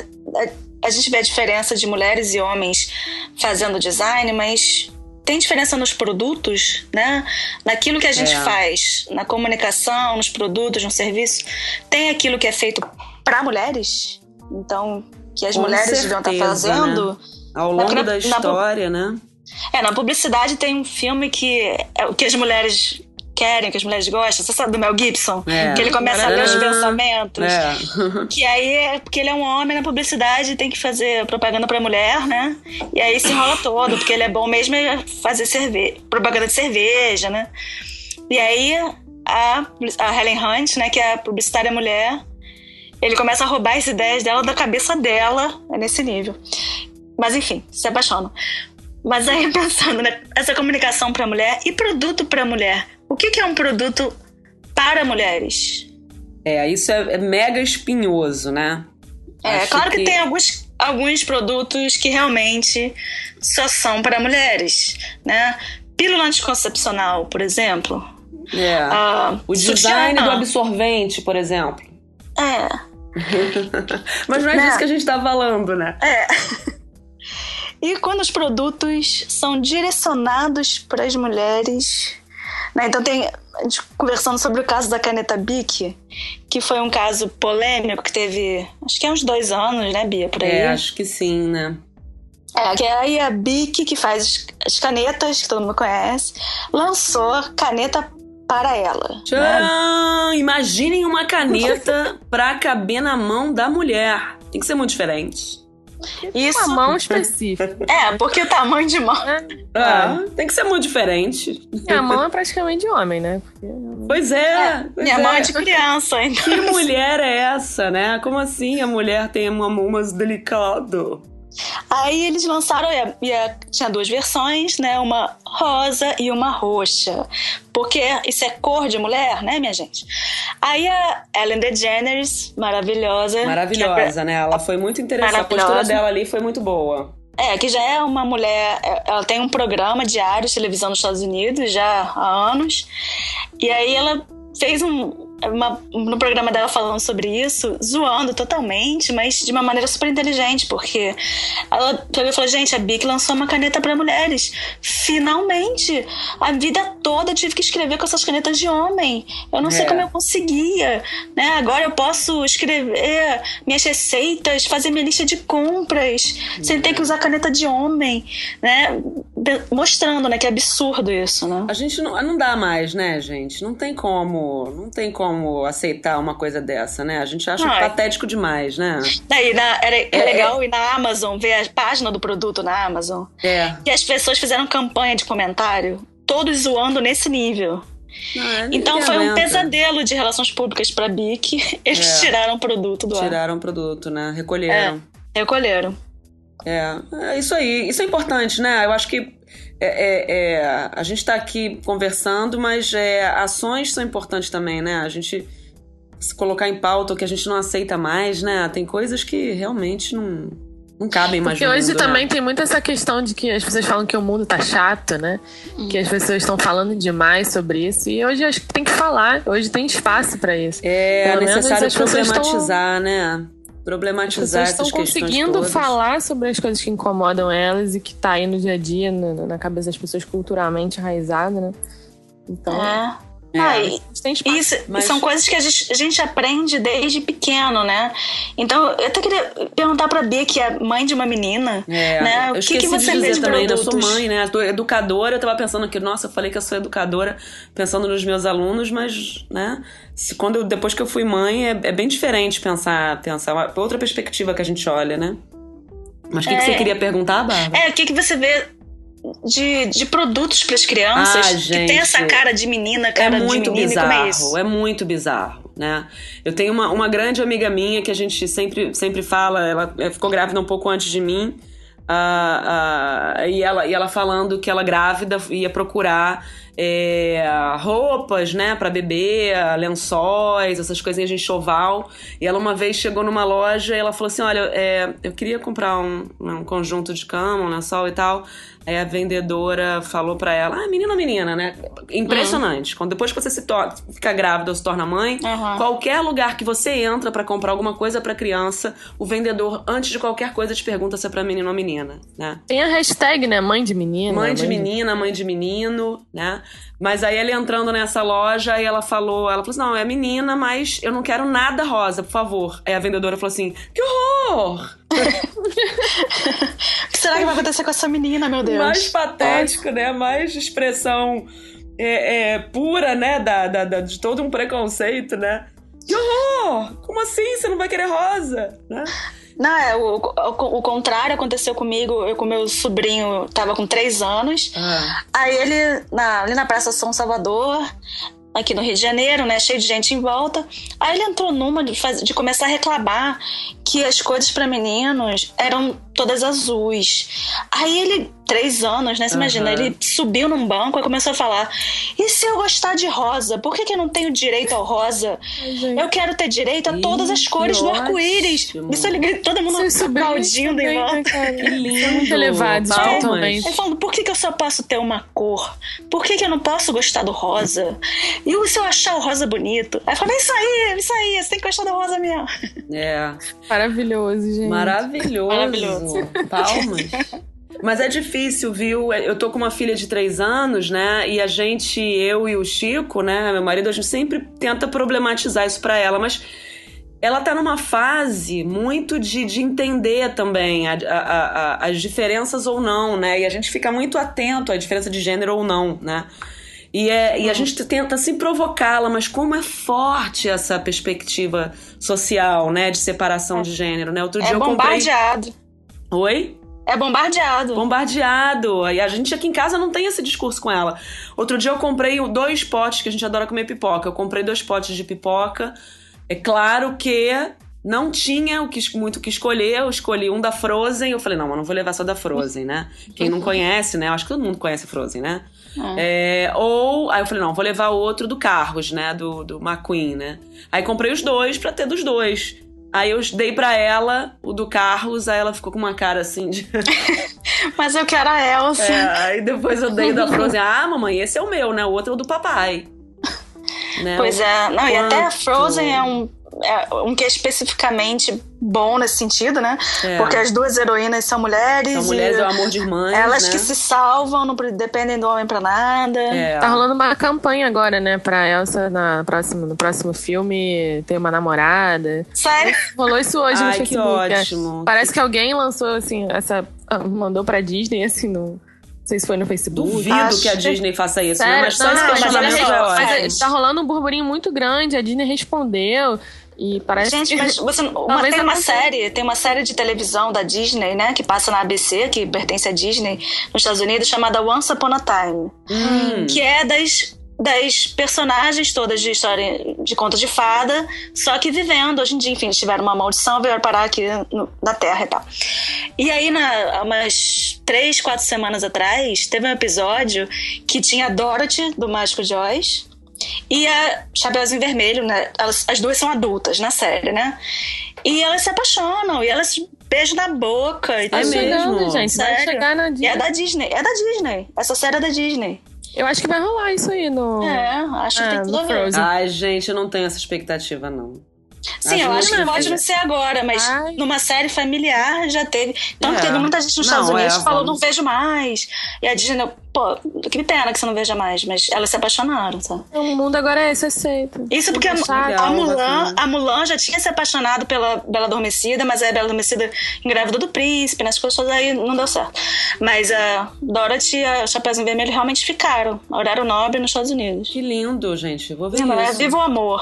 a gente vê a diferença de mulheres e homens fazendo design, mas tem diferença nos produtos, né? Naquilo que a gente faz, na comunicação, nos produtos, no serviço. Tem aquilo que é feito para mulheres, então, que as mulheres deviam estar fazendo. Né? Ao longo da história, né? Na publicidade tem um filme que é o que as mulheres querem, que as mulheres gostam. Você sabe do Mel Gibson? Que ele começa a ler os pensamentos. Que aí, porque ele é um homem na publicidade, tem que fazer propaganda pra mulher, né? E aí se enrola todo, porque ele é bom mesmo em fazer propaganda de cerveja, né? E aí a Helen Hunt, né, que é a publicitária mulher, ele começa a roubar as ideias dela da cabeça dela, nesse nível. Mas enfim, se apaixonam. Mas aí pensando, né, essa comunicação pra mulher e produto pra mulher. O que é um produto para mulheres? Isso é mega espinhoso, né? Claro que tem alguns produtos que realmente só são para mulheres, né? Pílula anticoncepcional, por exemplo. O design do absorvente, por exemplo. Mas não é disso que a gente tá falando, né? E quando os produtos são direcionados para as mulheres, né? Então a gente conversando sobre o caso da caneta Bic, que foi um caso polêmico que teve, acho que há uns 2 anos, né, Bia, por aí? Acho que sim, né? Que aí a Bic, que faz as canetas, que todo mundo conhece, lançou caneta para ela. Tcharam! Né? Imaginem uma caneta pra caber na mão da mulher. Tem que ser muito diferente. Isso. Uma mão específica. Porque o tamanho de mão... tem que ser muito diferente. A mão é praticamente de homem, né? Pois é. Minha mão é de criança. Então. Que mulher é essa, né? Como assim a mulher tem uma mão mais delicada? Aí eles lançaram, tinha 2 versões, né? Uma rosa e uma roxa. Porque isso é cor de mulher, né, minha gente? Aí a Ellen DeGeneres, maravilhosa, né? Ela foi muito interessante. A postura dela ali foi muito boa. Que já é uma mulher... Ela tem um programa diário de televisão nos Estados Unidos já há anos. E aí ela fez no programa dela falando sobre isso, zoando totalmente, mas de uma maneira super inteligente, porque ela falou, gente, a Bic lançou uma caneta para mulheres. Finalmente! A vida toda eu tive que escrever com essas canetas de homem. Eu não sei como eu conseguia, né? Agora eu posso escrever minhas receitas, fazer minha lista de compras, sem ter que usar caneta de homem, né? Mostrando, né, que é absurdo isso, né? A gente não dá mais, né, gente? Não tem como aceitar uma coisa dessa, né? A gente acha patético demais, né? Daí é legal ir na Amazon, ver a página do produto na Amazon. E as pessoas fizeram campanha de comentário, todos zoando nesse nível. Então foi um pesadelo de relações públicas pra Bic. Eles tiraram o produto do ar. Tiraram o produto, né? Recolheram. Recolheram. É isso aí. Isso é importante, né? Eu acho que a gente tá aqui conversando, mas ações são importantes também, né? A gente se colocar em pauta o que a gente não aceita mais, né? Tem coisas que realmente não cabem mais no mundo. Porque hoje também né? tem muito essa questão de que as pessoas falam que o mundo tá chato, né? Que as pessoas estão falando demais sobre isso. E hoje acho que tem que falar. Hoje tem espaço pra isso. É necessário problematizar, né? Problematizar essas questões todas. As pessoas estão conseguindo falar sobre as coisas que incomodam elas e que tá aí no dia a dia, na cabeça das pessoas culturalmente enraizada, né? Então... Isso são coisas que a gente aprende desde pequeno, né? Então, eu até queria perguntar pra Bia, que é mãe de uma menina, né? Eu esqueci de dizer também, eu sou mãe, né? Eu sou educadora, eu tava pensando aqui, nossa, eu falei que eu sou educadora pensando nos meus alunos, mas, né? Depois que eu fui mãe, é bem diferente pensar outra perspectiva que a gente olha, né? Mas o que você queria perguntar, Bárbara? O que você vê de produtos para as crianças que tem essa cara de menina, cara de menino, bizarro, como é isso? É muito bizarro, né? Eu tenho uma grande amiga minha que a gente sempre fala, ela ficou grávida um pouco antes de mim, e ela falando que ela grávida ia procurar roupas, né, pra bebê, lençóis, essas coisinhas de enxoval. E ela uma vez chegou numa loja e ela falou assim, olha, eu queria comprar um conjunto de cama, um lençol e tal. Aí a vendedora falou pra ela, menina, né? Impressionante. Depois que você fica grávida ou se torna mãe, qualquer lugar que você entra pra comprar alguma coisa pra criança, o vendedor, antes de qualquer coisa, te pergunta se é pra menino ou menina, né? Tem a hashtag, né? Mãe de menina. Mãe de menina, mãe de menino, né? Mas aí ela entrando nessa loja, aí ela falou assim, não, é menina, mas eu não quero nada rosa, por favor. Aí a vendedora falou assim, que horror! O que será que vai acontecer com essa menina, meu Deus? Mais patético, né? Mais expressão pura, né? De todo um preconceito, né? Que horror! Como assim? Você não vai querer rosa? Né? Não, o contrário aconteceu comigo. Eu com meu sobrinho, tava com 3 anos. Aí ele, ali na Praça São Salvador, aqui no Rio de Janeiro, né, cheio de gente em volta. Aí ele entrou numa de começar a reclamar que as cores para meninos eram todas azuis. Aí ele, 3 anos, né, você imagina, ele subiu num banco e começou a falar, e se eu gostar de rosa, por que eu não tenho direito ao rosa? Eu quero ter direito a todas as cores do arco-íris. Isso ele, todo mundo aplaudindo em volta. Que lindo. Muito elevado, espiritualmente. Ele falando, por que eu só posso ter uma cor? Por que eu não posso gostar do rosa? E se eu achar o rosa bonito? Aí eu falo, isso aí, você tem que gostar do rosa mesmo. Maravilhoso, gente. Maravilhoso. Palmas. Mas é difícil, viu? Eu tô com uma filha de 3 anos, né? E eu e o Chico, né? Meu marido, a gente sempre tenta problematizar isso pra ela, mas ela tá numa fase muito de entender também as diferenças ou não, né? E a gente fica muito atento à diferença de gênero ou não, né? E a gente tenta assim provocá-la, mas como é forte essa perspectiva social, né? De separação de gênero, né? Outro dia eu bombardeado. Oi? É bombardeado. Bombardeado. E a gente aqui em casa não tem esse discurso com ela. Outro dia eu comprei 2 potes, que a gente adora comer pipoca. Eu comprei 2 potes de pipoca. É claro que não tinha muito o que escolher. Eu escolhi um da Frozen. Eu falei, não, mas não vou levar só da Frozen, né? Quem não conhece, né? Eu acho que todo mundo conhece Frozen, né? Aí eu falei, não, vou levar outro do Carros, né? Do McQueen, né? Aí comprei os 2 pra ter dos 2. Aí eu dei pra ela o do Carlos, aí ela ficou com uma cara assim de... Mas eu quero a Elsa. Aí depois eu dei da Frozen. Mamãe, esse é o meu, né? O outro é o do papai. Né? Pois é. Não, e até a Frozen é um que é especificamente bom nesse sentido, né? Porque as 2 heroínas são mulheres. São mulheres, é o amor de irmãs, elas, né? Que se salvam, não dependem do homem pra nada. Tá rolando uma campanha agora, né? Pra Elsa, no próximo filme, ter uma namorada. Sério? Rolou isso hoje no Facebook. Que ótimo. Parece que alguém lançou, assim, mandou pra Disney, assim, Não sei se foi no Facebook. Duvido que a Disney faça isso, né? Mas só esse questionamento mas tá rolando um burburinho muito grande. A Disney respondeu. E parece Gente, mas tem uma série de televisão da Disney, né, que passa na ABC, que pertence à Disney nos Estados Unidos, chamada Once Upon a Time, que é das personagens todas de história de conto de fada, só que vivendo hoje em dia, enfim, eles tiveram uma maldição, vieram parar aqui na Terra e tal. E aí, umas 3, 4 semanas atrás, teve um episódio que tinha a Dorothy, do Mágico de Oz, e a Chapeuzinho Vermelho, né? As duas são adultas na série, né? E elas se apaixonam, e elas beijam na boca. E Tá chegando, gente. Sério. Vai chegar na E Disney. é da Disney. É da Disney. Essa série é da Disney. Eu acho que vai rolar isso aí no... Acho que tem tudo no a ver. Frozen. Ai, gente, eu não tenho essa expectativa, não. Sim, eu acho que muito pode difícil. não ser agora, mas numa série familiar já teve. Tanto teve muita gente nos Estados Unidos que falou, não vejo mais. E a Disney, pô, que pena que você não veja mais, mas elas se apaixonaram, tá? O mundo agora é esse aceito. Isso porque a Mulan já tinha se apaixonado pela Bela Adormecida, mas aí a Bela Adormecida engravidou do príncipe, nas coisas aí não deu certo. Mas a Dorothy e a Chapeuzinho Vermelho realmente ficaram. Horário nobre nos Estados Unidos. Que lindo, gente. Vou ver É isso. viva o amor.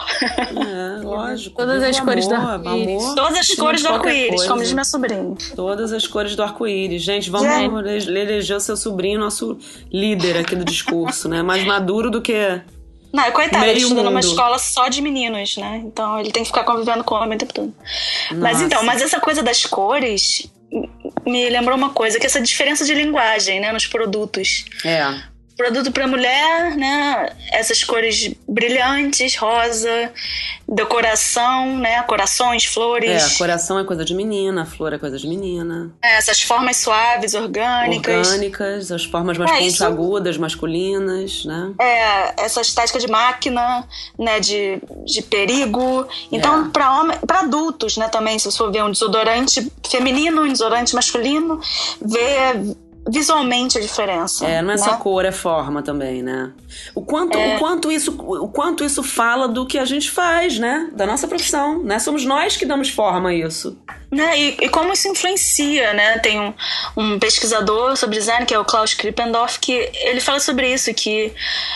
Lógico. Todas as cores do amor. arco-íris. Todas as cores do arco-íris, coisa. como diz minha sobrinha. Todas as cores do arco-íris. Gente, vamos eleger o seu sobrinho, nosso líder aqui do discurso, né? Mais maduro do que... Não, coitado, ele estuda mundo. numa escola só de meninos, né? Então ele tem que ficar convivendo com homem o tempo todo. Mas essa coisa das cores me lembrou uma coisa, que essa diferença de linguagem, né, nos produtos. Produto para mulher, né? Essas cores brilhantes, rosa, decoração, né? Corações, flores. Coração é coisa de menina, flor é coisa de menina. Essas formas suaves, orgânicas. As formas mais pontiagudas, masculinas, né? Essa estética de máquina, né? De perigo. Então, para adultos, né? Também, se você for ver um desodorante feminino, um desodorante masculino, ver visualmente a diferença. Não é só cor, é forma também, né? O quanto isso fala do que a gente faz, né? Da nossa profissão, né? Somos nós que damos forma a isso. Né? E como isso influencia, né? Tem um pesquisador sobre design, que é o Klaus Krippendorf, que ele fala sobre isso, que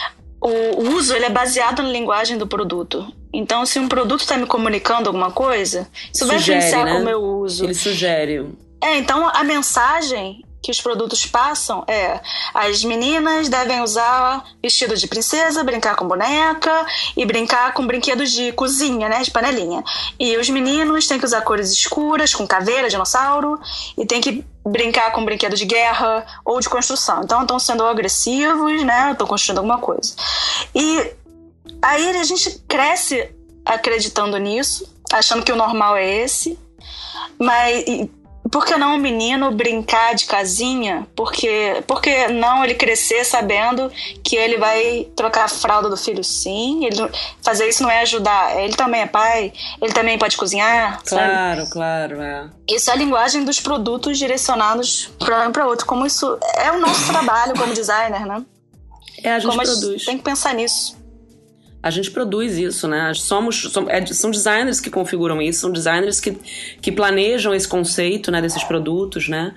o uso ele é baseado na linguagem do produto. Então, se um produto está me comunicando alguma coisa, isso vai influenciar, né, como eu uso. Ele sugere. Então a mensagem que os produtos passam as meninas devem usar vestido de princesa, brincar com boneca e brincar com brinquedos de cozinha, né, de panelinha. E os meninos têm que usar cores escuras, com caveira, dinossauro, e tem que brincar com brinquedo de guerra ou de construção. Então estão sendo agressivos, né, estão construindo alguma coisa. E aí a gente cresce acreditando nisso, achando que o normal é esse, mas... Por que não o menino brincar de casinha? Por que não ele crescer sabendo que ele vai trocar a fralda do filho? Sim, fazer isso não é ajudar. Ele também é pai, ele também pode cozinhar. Claro, sabe? claro, Isso é a linguagem dos produtos direcionados para um e para outro. Como isso é o nosso trabalho como designer, né? A gente produz. Tem que pensar nisso. A gente produz isso, né? São designers que configuram isso, são designers que planejam esse conceito, né, desses produtos, né?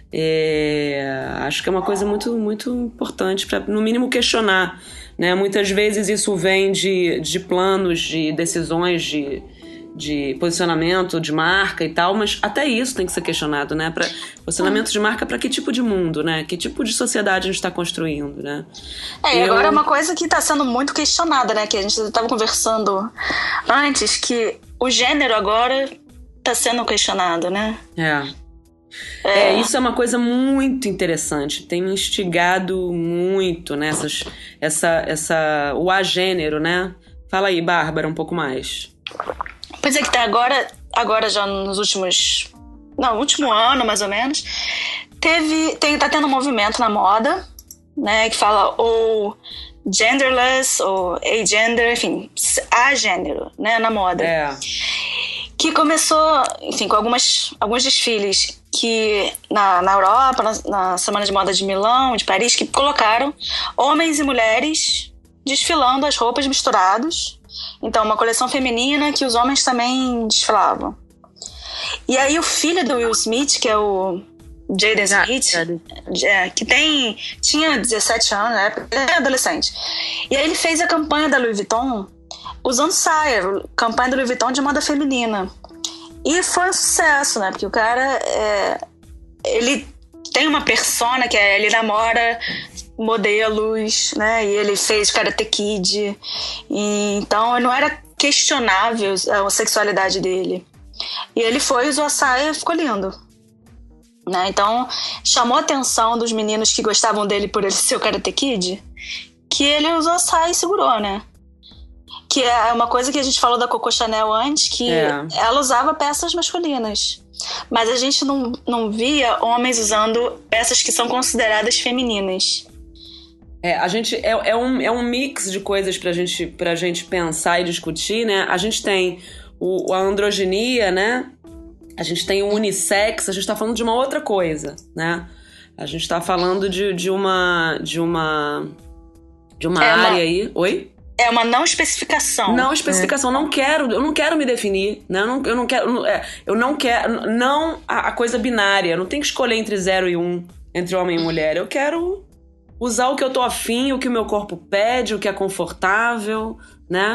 Acho que é uma coisa muito, muito importante para, no mínimo, questionar, né? Muitas vezes isso vem de planos, de decisões, de posicionamento de marca e tal, mas até isso tem que ser questionado, né? Posicionamento de marca para que tipo de mundo, né? Que tipo de sociedade a gente está construindo, né? Agora é uma coisa que está sendo muito questionada, né? Que a gente estava conversando antes, que o gênero agora está sendo questionado, né? Isso é uma coisa muito interessante, tem me instigado muito, né? O agênero, né? Fala aí, Bárbara, um pouco mais. Pois é que tá agora já nos últimos... Não, último ano, mais ou menos, tá tendo um movimento na moda, né, que fala ou genderless, ou agender, enfim, agênero, né, na moda. Que começou, enfim, com alguns desfiles que na Europa, na Semana de Moda de Milão, de Paris, que colocaram homens e mulheres desfilando as roupas misturados. Então, uma coleção feminina que os homens também desfilavam. E aí o filho do Will Smith, que é o Jaden Smith, que tinha 17 anos, né? Ele é adolescente. E aí ele fez a campanha da Louis Vuitton usando saia, campanha da Louis Vuitton de moda feminina. E foi um sucesso, né? Porque o cara, ele tem uma persona que ele namora modelos, né? E ele fez Karate Kid. E, então, não era questionável a sexualidade dele. E ele usou a saia e ficou lindo. Né? Então, chamou a atenção dos meninos que gostavam dele por ele ser o Karate Kid, que ele usou a saia e segurou, né? que é uma coisa que a gente falou da Coco Chanel antes, que ela usava peças masculinas. Mas a gente não via homens usando peças que são consideradas femininas. A gente é um mix de coisas pra gente pensar e discutir, né? A gente tem a androginia, né? A gente tem o unissex, a gente tá falando de uma outra coisa, né? A gente tá falando de uma área aí. Oi? É uma não especificação. Não especificação. Eu não quero me definir, né? Eu não quero. Não a coisa binária. Eu não tenho que escolher entre 0 e 1, entre homem e mulher. Eu quero usar o que eu tô afim, o que o meu corpo pede, o que é confortável, né?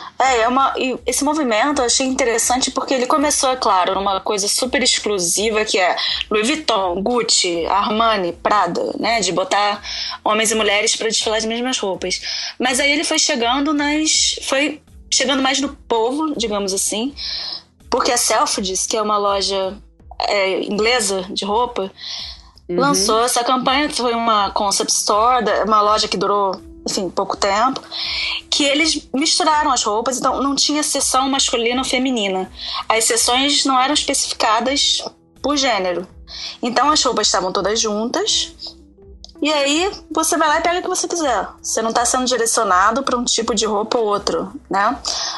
E esse movimento eu achei interessante porque ele começou, é claro, numa coisa super exclusiva que é Louis Vuitton, Gucci, Armani, Prada, né? De botar homens e mulheres para desfilar as mesmas roupas. Mas aí ele foi chegando mais no povo, digamos assim, porque a Selfridges, que é uma loja inglesa de roupa, lançou essa campanha, que foi uma concept store, uma loja que durou, enfim, pouco tempo, que eles misturaram as roupas, então não tinha seção masculina ou feminina. As seções não eram especificadas por gênero. Então as roupas estavam todas juntas, e aí você vai lá e pega o que você quiser. Você não está sendo direcionado para um tipo de roupa ou outro, né?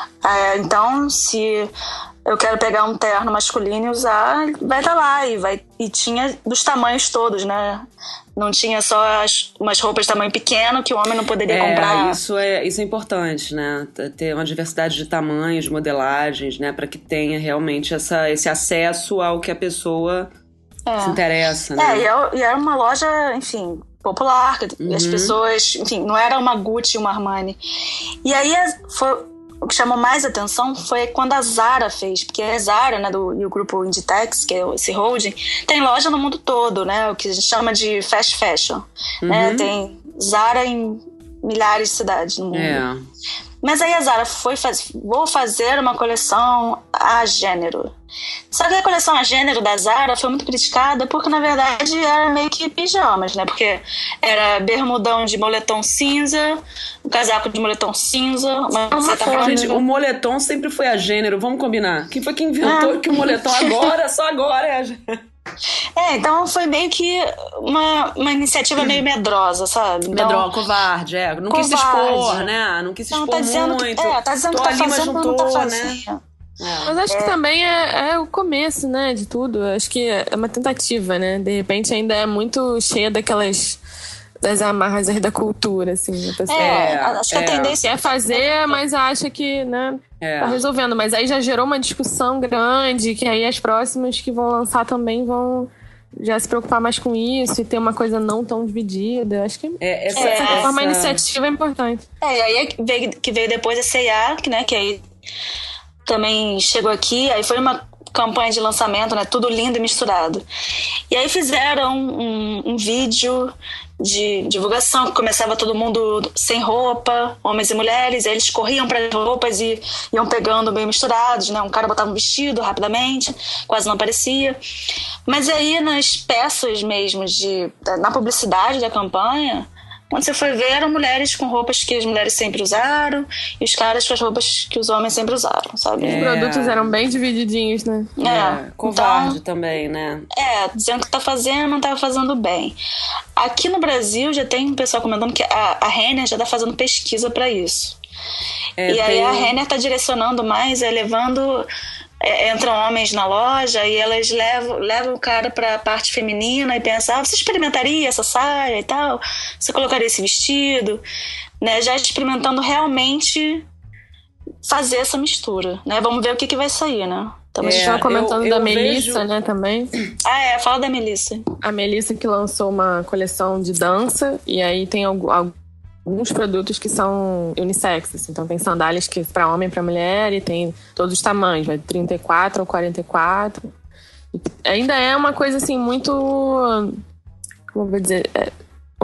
Então, se eu quero pegar um terno masculino e usar, vai estar lá. E tinha dos tamanhos todos, né? Não tinha só umas roupas de tamanho pequeno que o homem não poderia comprar. Isso é importante, né? Ter uma diversidade de tamanhos, de modelagens, né? Para que tenha realmente esse acesso ao que a pessoa se interessa, né? E era uma loja, enfim, popular. As pessoas, enfim, não era uma Gucci, uma Armani. E aí o que chamou mais atenção foi quando a Zara fez, porque a Zara, né, e o grupo Inditex, que é esse holding, tem loja no mundo todo, né, o que a gente chama de fast fashion, né, tem Zara em milhares de cidades no mundo. Mas aí a Zara vou fazer uma coleção a gênero. Só que a coleção a gênero da Zara foi muito criticada porque, na verdade, era meio que pijamas, né? Porque era bermudão de moletom cinza, um casaco de moletom cinza. Gente, o moletom sempre foi a gênero, vamos combinar. Quem foi que inventou que o moletom só agora é a gênero? Então foi meio que uma iniciativa meio medrosa, sabe? Medrosa, covarde, Não quis se expor, né? Não quis se expor muito. Tá dizendo que tá fazendo, mas não tá fazendo. Né? Mas acho que também é o começo, né, de tudo. Acho que é uma tentativa, né? De repente ainda é muito cheia das amarras da cultura, assim. Acho que a tendência quer fazer, mas acha que, né, tá resolvendo. Mas aí já gerou uma discussão grande, que aí as próximas que vão lançar também vão já se preocupar mais com isso e ter uma coisa não tão dividida. Acho que uma iniciativa importante. E aí veio depois a C&A, né, que aí também chegou aqui, aí foi uma campanha de lançamento, né, tudo lindo e misturado. E aí fizeram um vídeo de divulgação, que começava todo mundo sem roupa, homens e mulheres, aí eles corriam para as roupas e iam pegando meio misturados, né? Um cara botava um vestido rapidamente, quase não aparecia. Mas aí nas peças mesmo, na publicidade da campanha, quando você foi ver, eram mulheres com roupas que as mulheres sempre usaram e os caras com as roupas que os homens sempre usaram, sabe? Os produtos eram bem divididinhos, né? Covarde também, né? Dizendo que tá fazendo, não tá fazendo bem. Aqui no Brasil já tem um pessoal comentando que a Renner já tá fazendo pesquisa para isso. Aí a Renner tá direcionando mais, levando... entram homens na loja e elas levam o cara pra parte feminina e pensam, você experimentaria essa saia e tal? Você colocaria esse vestido? Né? Já experimentando realmente fazer essa mistura, né? Vamos ver o que vai sair, né? Então, a gente estava comentando da Melissa, né, também. Fala da Melissa. A Melissa que lançou uma coleção de dança e aí tem alguns produtos que são unissex, assim. Então tem sandálias que para homem e para mulher e tem todos os tamanhos, vai de 34 ou 44. E ainda é uma coisa assim muito, como eu vou dizer,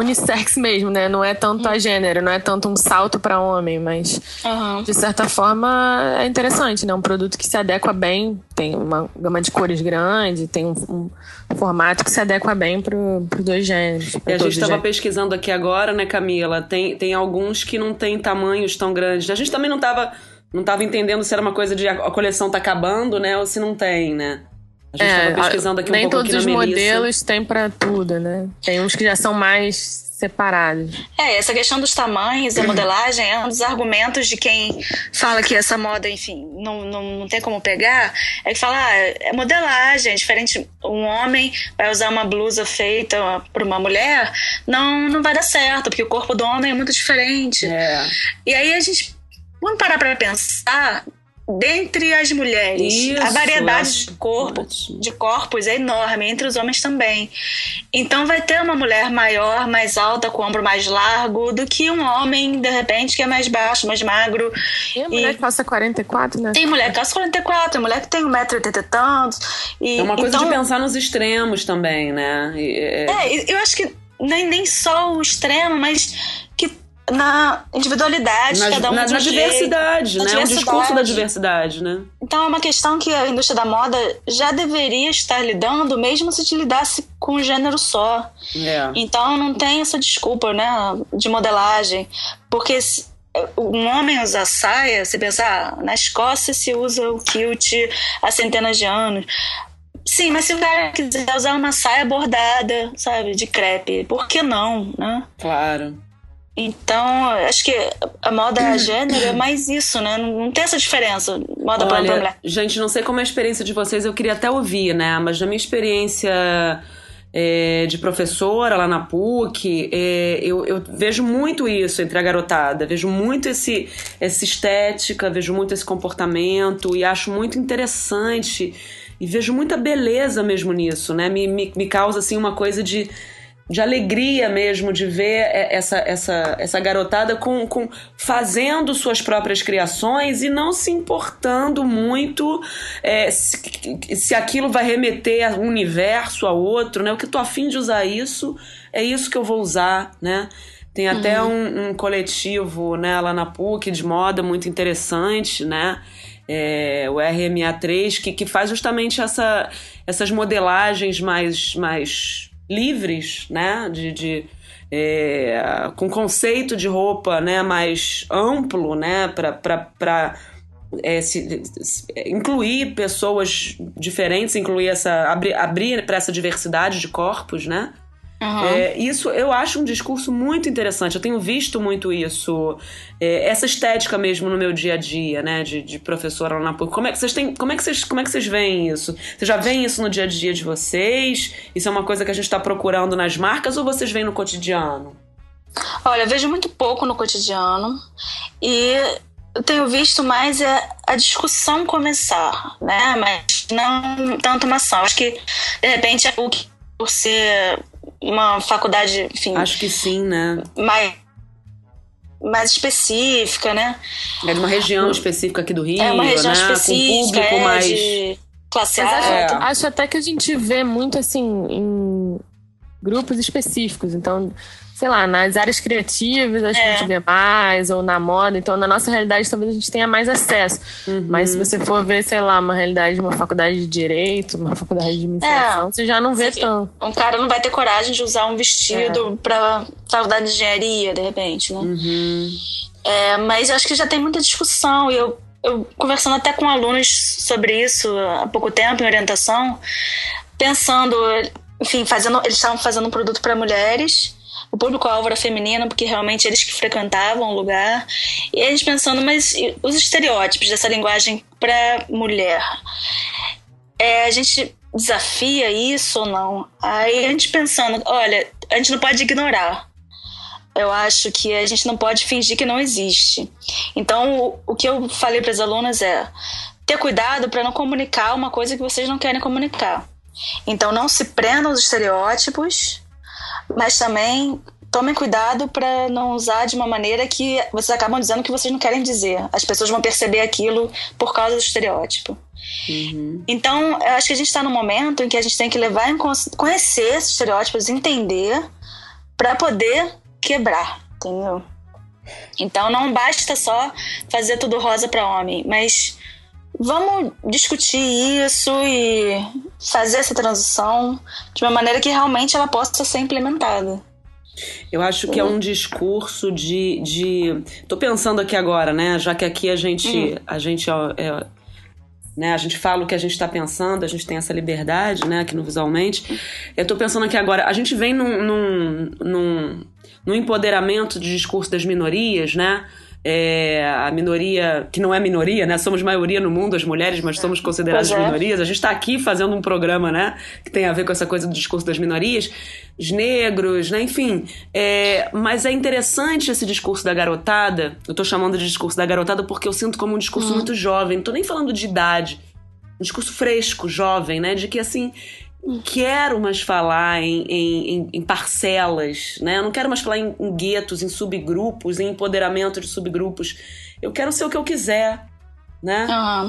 unissex mesmo, né? Não é tanto a gênero, não é tanto um salto para homem, mas de certa forma é interessante, né? Um produto que se adequa bem, tem uma gama de cores grande, tem um formato que se adequa bem para os dois gêneros. E a gente estava pesquisando aqui agora, né, Camila? Tem alguns que não tem tamanhos tão grandes. A gente também não tava entendendo se era uma coisa de a coleção tá acabando, né? Ou se não tem, né? A gente estava pesquisando aqui um pouco aqui na Melissa. Nem todos os modelos tem para tudo, né? Tem uns que já são mais separados. Essa questão dos tamanhos, da modelagem, é um dos argumentos de quem fala que essa moda, enfim, não tem como pegar, é que fala, é modelagem, é diferente. Um homem vai usar uma blusa feita por uma mulher, não vai dar certo, porque o corpo do homem é muito diferente. E aí a gente, vamos parar para pensar, dentre as mulheres, a variedade de corpos é enorme, entre os homens também. Então vai ter uma mulher maior, mais alta, com o ombro mais largo, do que um homem, de repente, que é mais baixo, mais magro. Tem mulher que calça 44, né? Tem mulher que calça 44, tem mulher que tem 1,80m e tantos. É uma coisa de pensar nos extremos também, né? Eu acho que nem só o extremo, mas que na individualidade, cada um na diversidade, né? O discurso da diversidade, né? Então é uma questão que a indústria da moda já deveria estar lidando, mesmo se te lidasse com um gênero só. Então não tem essa desculpa, né, de modelagem, porque um homem usar saia, você pensa, na Escócia se usa o kilt há centenas de anos. Sim, mas se o cara quiser usar uma saia bordada, sabe, de crepe, por que não, né? Claro. Então, acho que a moda gênero é mais isso, né? Não tem essa diferença, moda para mulher. Gente, não sei como é a experiência de vocês, eu queria até ouvir, né? Mas na minha experiência de professora lá na PUC, eu vejo muito isso entre a garotada, vejo muito essa estética, vejo muito esse comportamento e acho muito interessante e vejo muita beleza mesmo nisso, né? Me causa, assim, uma coisa de alegria mesmo de ver essa garotada fazendo suas próprias criações e não se importando muito se aquilo vai remeter a um universo, a outro, né? O que eu tô afim de usar isso, é isso que eu vou usar, né? Tem até um coletivo, né, lá na PUC de moda muito interessante, né? O RMA3, que faz justamente essas modelagens mais livres, né, com conceito de roupa, né, mais amplo, né, para incluir pessoas diferentes, abrir para essa diversidade de corpos, né? Isso eu acho um discurso muito interessante. Eu tenho visto muito isso, essa estética mesmo no meu dia a dia, né, de professora lá na PUC. Como é que vocês veem isso? Vocês já veem isso no dia a dia de vocês? Isso é uma coisa que a gente está procurando nas marcas ou vocês veem no cotidiano? Olha, eu vejo muito pouco no cotidiano e eu tenho visto mais a discussão começar, né, mas não tanto uma ação. Acho que, de repente, a PUC, por ser uma faculdade, enfim... Acho que sim, né? Mais específica, né? É de uma região específica aqui do Rio, é uma região né? específica, com público mais... de classe alta. Acho até que a gente vê muito, assim, em grupos específicos. Então, sei lá, nas áreas criativas acho que a gente vê mais, ou na moda. Então, na nossa realidade, talvez a gente tenha mais acesso. Mas se você for ver, sei lá, uma realidade de uma faculdade de Direito, uma faculdade de administração, você já não vê tanto. Um cara não vai ter coragem de usar um vestido pra faculdade de engenharia, de repente, né? Mas acho que já tem muita discussão. E eu conversando até com alunos sobre isso há pouco tempo, em orientação, pensando, enfim, eles estavam fazendo um produto para mulheres. O público-alvo era feminino, porque realmente eles que frequentavam o lugar. E a gente pensando, mas os estereótipos dessa linguagem para mulher? A gente desafia isso ou não? Aí a gente pensando, olha, a gente não pode ignorar. Eu acho que a gente não pode fingir que não existe. Então, o que eu falei para as alunas é ter cuidado para não comunicar uma coisa que vocês não querem comunicar. Então, não se prendam aos estereótipos, mas também tomem cuidado para não usar de uma maneira que vocês acabam dizendo o que vocês não querem dizer. As pessoas vão perceber aquilo por causa do estereótipo. Então, eu acho que a gente está num momento em que a gente tem que conhecer esses estereótipos, entender para poder quebrar, entendeu? Então não basta só fazer tudo rosa para homem, mas vamos discutir isso e fazer essa transição de uma maneira que realmente ela possa ser implementada. Eu acho que é um discurso de... Tô pensando aqui agora, né? Já que aqui a gente né, a gente fala o que a gente está pensando, a gente tem essa liberdade, né, aqui no Visualmente. Eu tô pensando aqui agora, a gente vem num empoderamento de discurso das minorias, né? A minoria, que não é minoria, né? Somos maioria no mundo, as mulheres, mas somos consideradas minorias. A gente está aqui fazendo um programa, né? Que tem a ver com essa coisa do discurso das minorias, os negros, né? Enfim. Mas é interessante esse discurso da garotada. Eu tô chamando de discurso da garotada porque eu sinto como um discurso muito jovem. Não tô nem falando de idade. Um discurso fresco, jovem, né? De que, assim, quero mais falar em parcelas, né? Eu não quero mais falar em guetos, em subgrupos, em empoderamento de subgrupos. Eu quero ser o que eu quiser, né?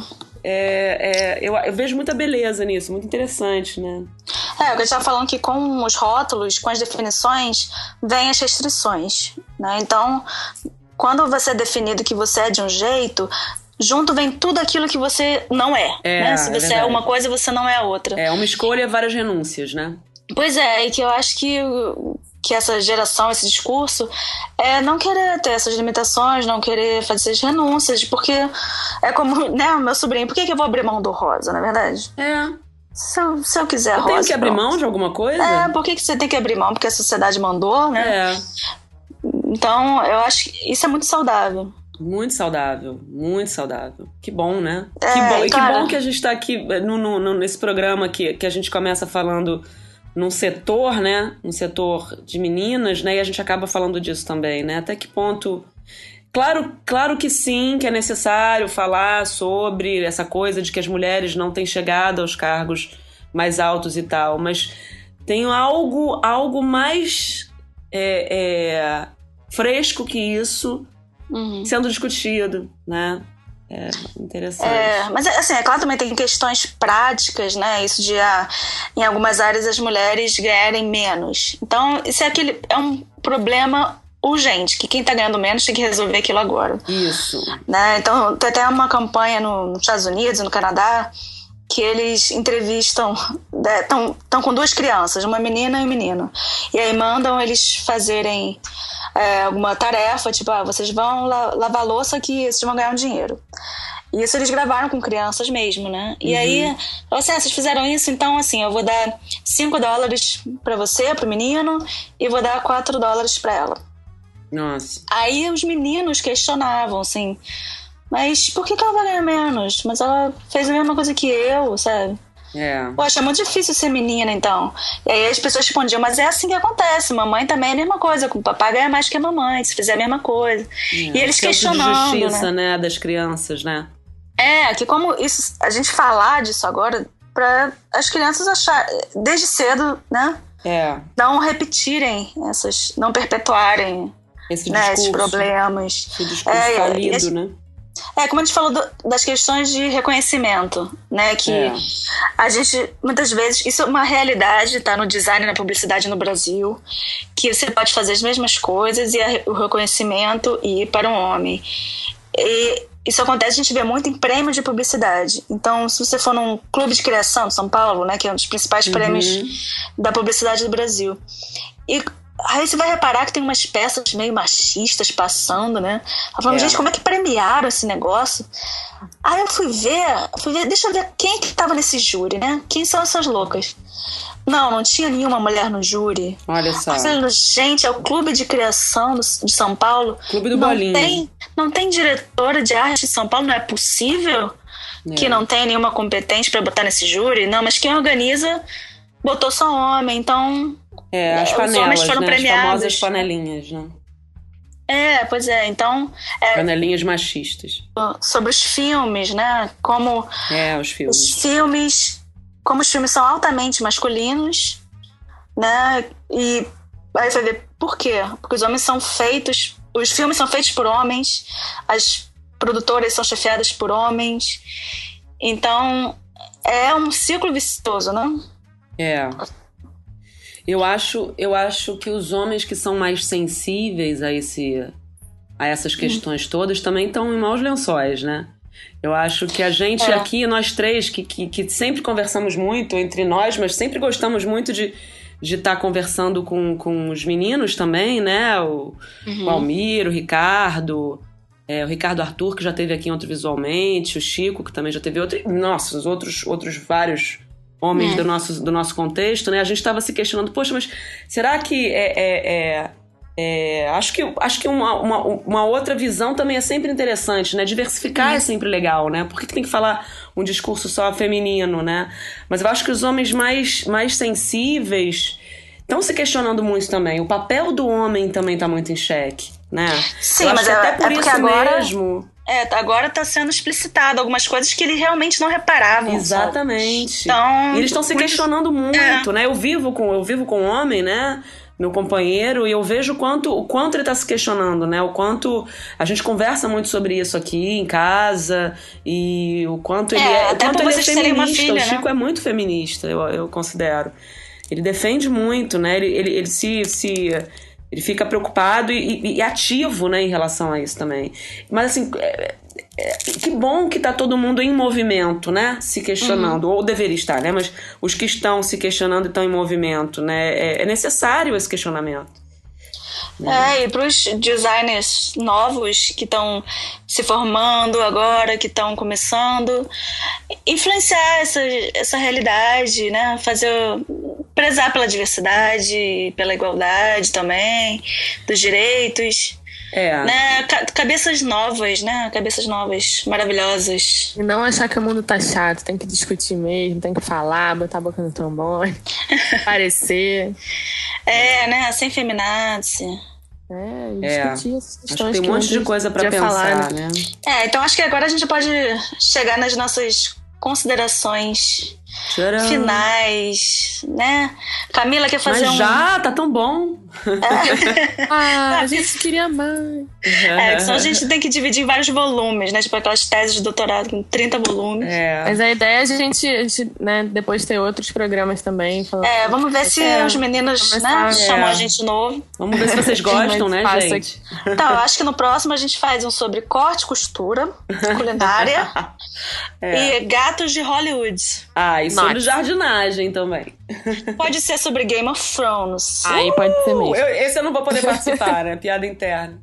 Eu vejo muita beleza nisso, muito interessante, né? O que a gente tá falando que com os rótulos, com as definições, vêm as restrições, né? Então, quando você é definido que você é de um jeito, junto vem tudo aquilo que você não é, né? Se você é uma coisa, você não é a outra. É uma escolha, várias renúncias, né? Pois é, e que eu acho que essa geração, esse discurso, é não querer ter essas limitações, não querer fazer essas renúncias, porque é como, né, o meu sobrinho, por que eu vou abrir mão do rosa, na verdade? Se eu quiser rosa... Eu tenho que abrir mão de alguma coisa? Por que você tem que abrir mão? Porque a sociedade mandou, né? Então, eu acho que isso é muito saudável. Muito saudável, muito saudável. Que bom, né? E que bom que a gente tá aqui nesse programa que a gente começa falando num setor, né? Um setor de meninas, né? E a gente acaba falando disso também, né? Até que ponto... Claro que sim, que é necessário falar sobre essa coisa de que as mulheres não têm chegado aos cargos mais altos e tal, mas tem algo mais fresco que isso sendo discutido, né? É interessante. Mas assim, é claro, também tem questões práticas, né? Isso de em algumas áreas as mulheres ganharem menos. Então, isso é um problema urgente, que quem tá ganhando menos tem que resolver aquilo agora. Isso. Né? Então, tem até uma campanha nos Estados Unidos, no Canadá, que eles entrevistam, estão com 2 crianças, uma menina e um menino. E aí mandam eles fazerem alguma tarefa, tipo, vocês vão lavar louça que vocês vão ganhar um dinheiro. E isso eles gravaram com crianças mesmo, né? E aí, assim, vocês fizeram isso, então assim, eu vou dar $5 pra você, pro menino, e vou dar $4 pra ela. Nossa. Aí os meninos questionavam, assim, mas por que ela vai ganhar menos? Mas ela fez a mesma coisa que eu, sabe? Poxa, é muito difícil ser menina, então. E aí as pessoas respondiam, mas é assim que acontece, mamãe também é a mesma coisa, o papai ganha mais que a mamãe, se fizer a mesma coisa. E eles questionando, de justiça, né, das crianças, né? Que como isso, a gente falar disso agora, pra as crianças achar, desde cedo, né? Não repetirem não perpetuarem esse discurso, esses problemas. Esse discurso falido, né? Como a gente falou das questões de reconhecimento, né? Que a gente, muitas vezes, isso é uma realidade, tá? No design, na publicidade no Brasil, que você pode fazer as mesmas coisas e o reconhecimento ir para um homem. E isso acontece, a gente vê muito em prêmios de publicidade. Então, se você for num clube de criação de São Paulo, né? Que é um dos principais prêmios da publicidade do Brasil. E aí você vai reparar que tem umas peças meio machistas passando, né? Falando, gente, como é que premiaram esse negócio? Aí eu fui ver, deixa eu ver quem que tava nesse júri, né? Quem são essas loucas? Não tinha nenhuma mulher no júri. Olha só. Gente, é o clube de criação de São Paulo. Clube do Bolinha. Não tem diretora de arte de São Paulo, não é possível que não tenha nenhuma competente para botar nesse júri? Não, mas quem organiza botou só homem, então... as panelas, os homens foram premiados. As famosas panelinhas, né? Pois é, então... panelinhas machistas. Sobre os filmes, né? Como os filmes. Como os filmes são altamente masculinos, né? E aí você vai ver por quê? Porque os filmes são feitos por homens, as produtoras são chefiadas por homens, então é um ciclo vicioso, né? Eu acho que os homens que são mais sensíveis a essas questões todas também estão em maus lençóis, né? Eu acho que a gente aqui, nós três, que sempre conversamos muito entre nós, mas sempre gostamos muito de estar conversando com os meninos também, né? O Almir, o Ricardo Arthur, que já teve aqui em Outro Visualmente, o Chico, que também já teve outro... Nossa, os outros vários homens do nosso contexto, né? A gente estava se questionando, poxa, mas será que acho que uma outra visão também é sempre interessante, né? Diversificar é sempre legal, né? Por que tem que falar um discurso só feminino, né? Mas eu acho que os homens mais sensíveis estão se questionando muito também. O papel do homem também está muito em xeque, né? Sim, eu mas acho que até por porque isso agora... mesmo... agora está sendo explicitado algumas coisas que eles realmente não reparavam. Exatamente. Então, e eles estão se questionando muito, né? Eu vivo com um homem, né? Meu companheiro, e eu vejo o quanto ele está se questionando, né? O quanto a gente conversa muito sobre isso aqui em casa, e o quanto ele é feminista. Filha, o Chico é muito feminista, eu considero. Ele defende muito, né? Ele fica preocupado e ativo, né, em relação a isso também. Mas assim, que bom que tá todo mundo em movimento, né? Se questionando, ou deveria estar, né? Mas os que estão se questionando e estão em movimento, né? É necessário esse questionamento. E para os designers novos que estão se formando agora, que estão começando, influenciar essa realidade, né? Prezar pela diversidade, pela igualdade também, dos direitos. Né? Cabeças novas, né? Cabeças novas, maravilhosas. E não achar que o mundo tá chato, tem que discutir mesmo, tem que falar, botar a boca no trombone, parecer. Né? Sem feminazi. Discutir essas questões. Acho que tem um monte de coisa pra pensar, falar, né? Então acho que agora a gente pode chegar nas nossas considerações finais, né? Camila quer fazer tá tão bom. A gente queria mais. Só a gente tem que dividir em vários volumes, né? Tipo aquelas teses de doutorado com 30 volumes. Mas a ideia é a gente, né, depois ter outros programas também. Vamos ver se os meninos, né, chamam a gente de novo. Vamos ver se vocês gostam, né, gente? Então, eu acho que no próximo a gente faz um sobre corte, costura, culinária e gatos de Hollywood. E sobre jardinagem também. Pode ser sobre Game of Thrones. Pode ser mesmo. Esse eu não vou poder participar, né? Piada interna.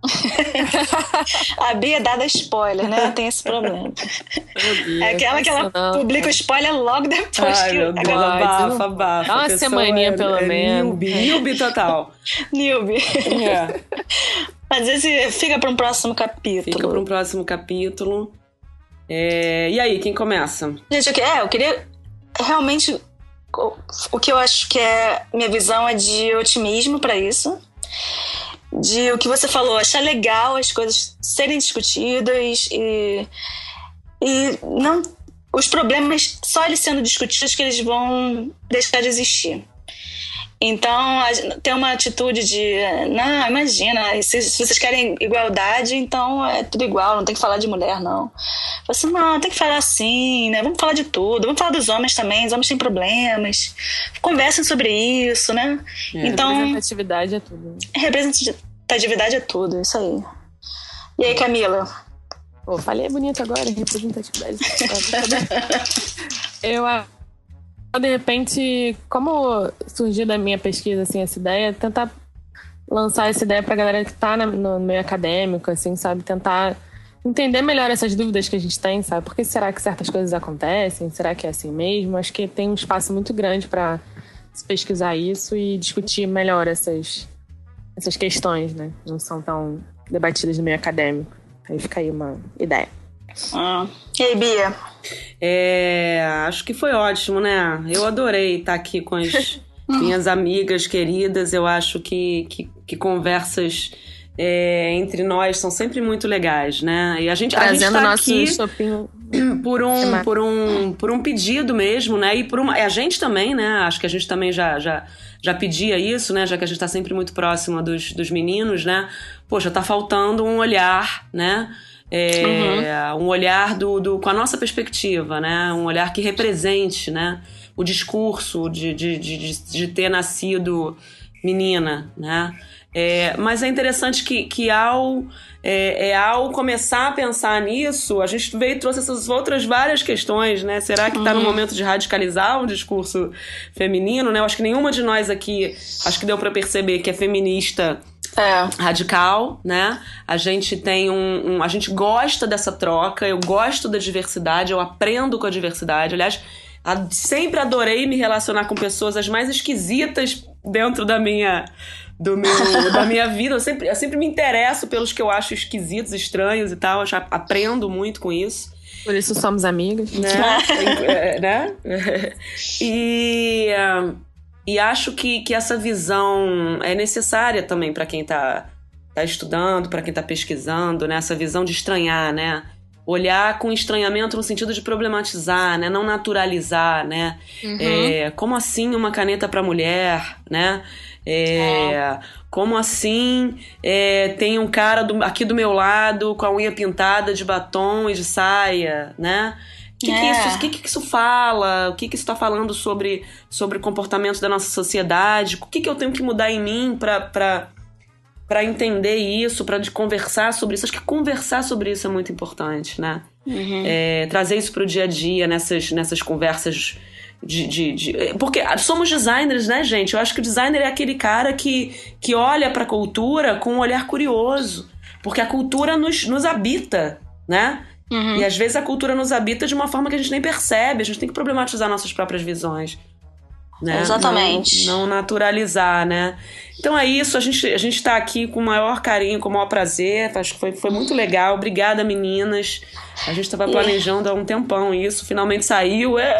A Bia é dada spoiler, né? Tem esse problema. É aquela que ela publica o spoiler logo depois que... Meu Deus, abafa. Dá uma semaninha pelo menos. Newbie total. Newbie. Mas esse fica para um próximo capítulo. E aí, quem começa? Gente, eu queria realmente... O que eu acho que minha visão é de otimismo para isso. De o que você falou, achar legal as coisas serem discutidas e não os problemas só eles sendo discutidos que eles vão deixar de existir. Então, tem uma atitude de não, imagina, se vocês querem igualdade, então é tudo igual, não tem que falar de mulher, não. Assim, não, tem que falar assim, né? Vamos falar de tudo, vamos falar dos homens também, os homens têm problemas, conversem sobre isso, né? Então, representatividade é tudo. Representatividade é tudo, isso aí. E aí, Camila? Falei bonito agora, representatividade. De repente, como surgiu da minha pesquisa, assim, essa ideia, tentar lançar essa ideia pra galera que tá no meio acadêmico, assim, sabe? Tentar entender melhor essas dúvidas que a gente tem, sabe? Por que será que certas coisas acontecem? Será que é assim mesmo? Acho que tem um espaço muito grande pra se pesquisar isso e discutir melhor essas questões, né? Não são tão debatidas no meio acadêmico. Aí fica aí uma ideia. E aí, Bia? Acho que foi ótimo, né? Eu adorei estar aqui com as minhas amigas queridas. Eu acho que conversas entre nós são sempre muito legais, né? E a gente tá aqui por um pedido mesmo, né? E a gente também, né? Acho que a gente também já pedia isso, né? Já que a gente tá sempre muito próxima dos meninos, né? Poxa, tá faltando um olhar, né? Um olhar com a nossa perspectiva, né? Um olhar que represente, né? o discurso de ter nascido menina, né? Mas é interessante que ao começar a pensar nisso, a gente veio e trouxe essas outras várias questões, né? Será que está no momento de radicalizar o discurso feminino, né? Eu acho que nenhuma de nós aqui, acho que deu para perceber que é feminista radical, né? A gente tem a gente gosta dessa troca, eu gosto da diversidade, eu aprendo com a diversidade. Aliás, sempre adorei me relacionar com pessoas as mais esquisitas dentro da minha vida. Eu sempre me interesso pelos que eu acho esquisitos, estranhos e tal. Eu aprendo muito com isso. Por isso somos amigas. Né? E acho que essa visão é necessária também para quem tá estudando, para quem tá pesquisando, né? Essa visão de estranhar, né? Olhar com estranhamento no sentido de problematizar, né? Não naturalizar, né? Como assim uma caneta para mulher, né? Como assim tem um cara aqui do meu lado com a unha pintada de batom e de saia, né? O que isso fala? O que isso está falando sobre o comportamento da nossa sociedade? O que eu tenho que mudar em mim para entender isso, para conversar sobre isso? Acho que conversar sobre isso é muito importante, né? Trazer isso para o dia a dia, nessas conversas porque somos designers, né, gente? Eu acho que o designer é aquele cara que olha para a cultura com um olhar curioso, porque a cultura nos habita, né? E às vezes a cultura nos habita de uma forma que a gente nem percebe. A gente tem que problematizar nossas próprias visões, né? Exatamente. Não naturalizar, né? Então é isso, a gente tá aqui com o maior carinho, com o maior prazer. Acho que foi muito legal. Obrigada, meninas. A gente estava planejando há um tempão isso, finalmente saiu. E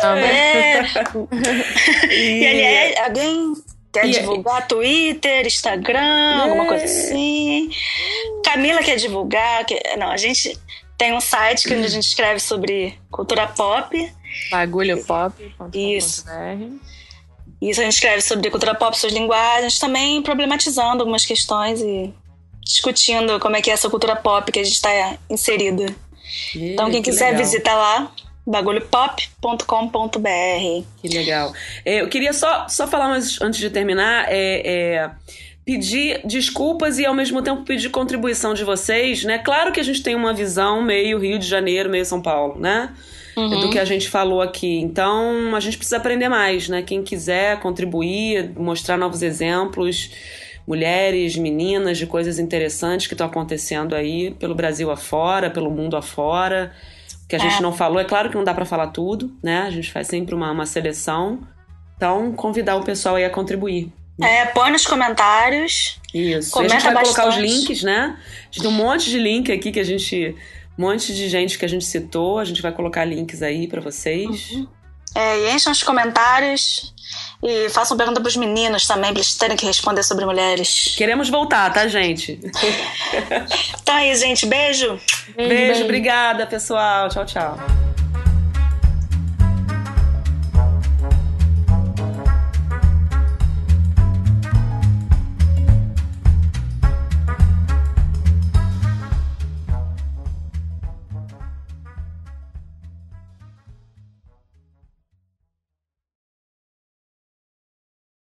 aliás, alguém quer divulgar Twitter, Instagram, alguma coisa assim? Camila quer divulgar? Não, a gente tem um site que a gente escreve sobre cultura pop. Bagulhopop.com.br. Isso, a gente escreve sobre cultura pop, suas linguagens, também problematizando algumas questões e discutindo como é que é essa cultura pop que a gente está inserida. Então, quem quiser visita lá, bagulhopop.com.br. Que legal. Eu queria só falar, mas antes de terminar, pedir desculpas e ao mesmo tempo pedir contribuição de vocês, né? Claro que a gente tem uma visão meio Rio de Janeiro, meio São Paulo, né? Do que a gente falou aqui. Então, a gente precisa aprender mais, né? Quem quiser contribuir, mostrar novos exemplos, mulheres, meninas, de coisas interessantes que estão acontecendo aí pelo Brasil afora, pelo mundo afora. O que a gente não falou, é claro que não dá para falar tudo, né? A gente faz sempre uma seleção. Então, convidar o pessoal aí a contribuir. Põe nos comentários. Isso. Comenta, e a gente vai bastante. Colocar os links, né? A gente tem um monte de link aqui que a gente... Um monte de gente que a gente citou. A gente vai colocar links aí pra vocês. E enchem os comentários. E façam pergunta pros meninos também, pra eles terem que responder sobre mulheres. Queremos voltar, tá, gente? Então é isso, gente. Beijo. Beijo. Obrigada, pessoal. Tchau, tchau.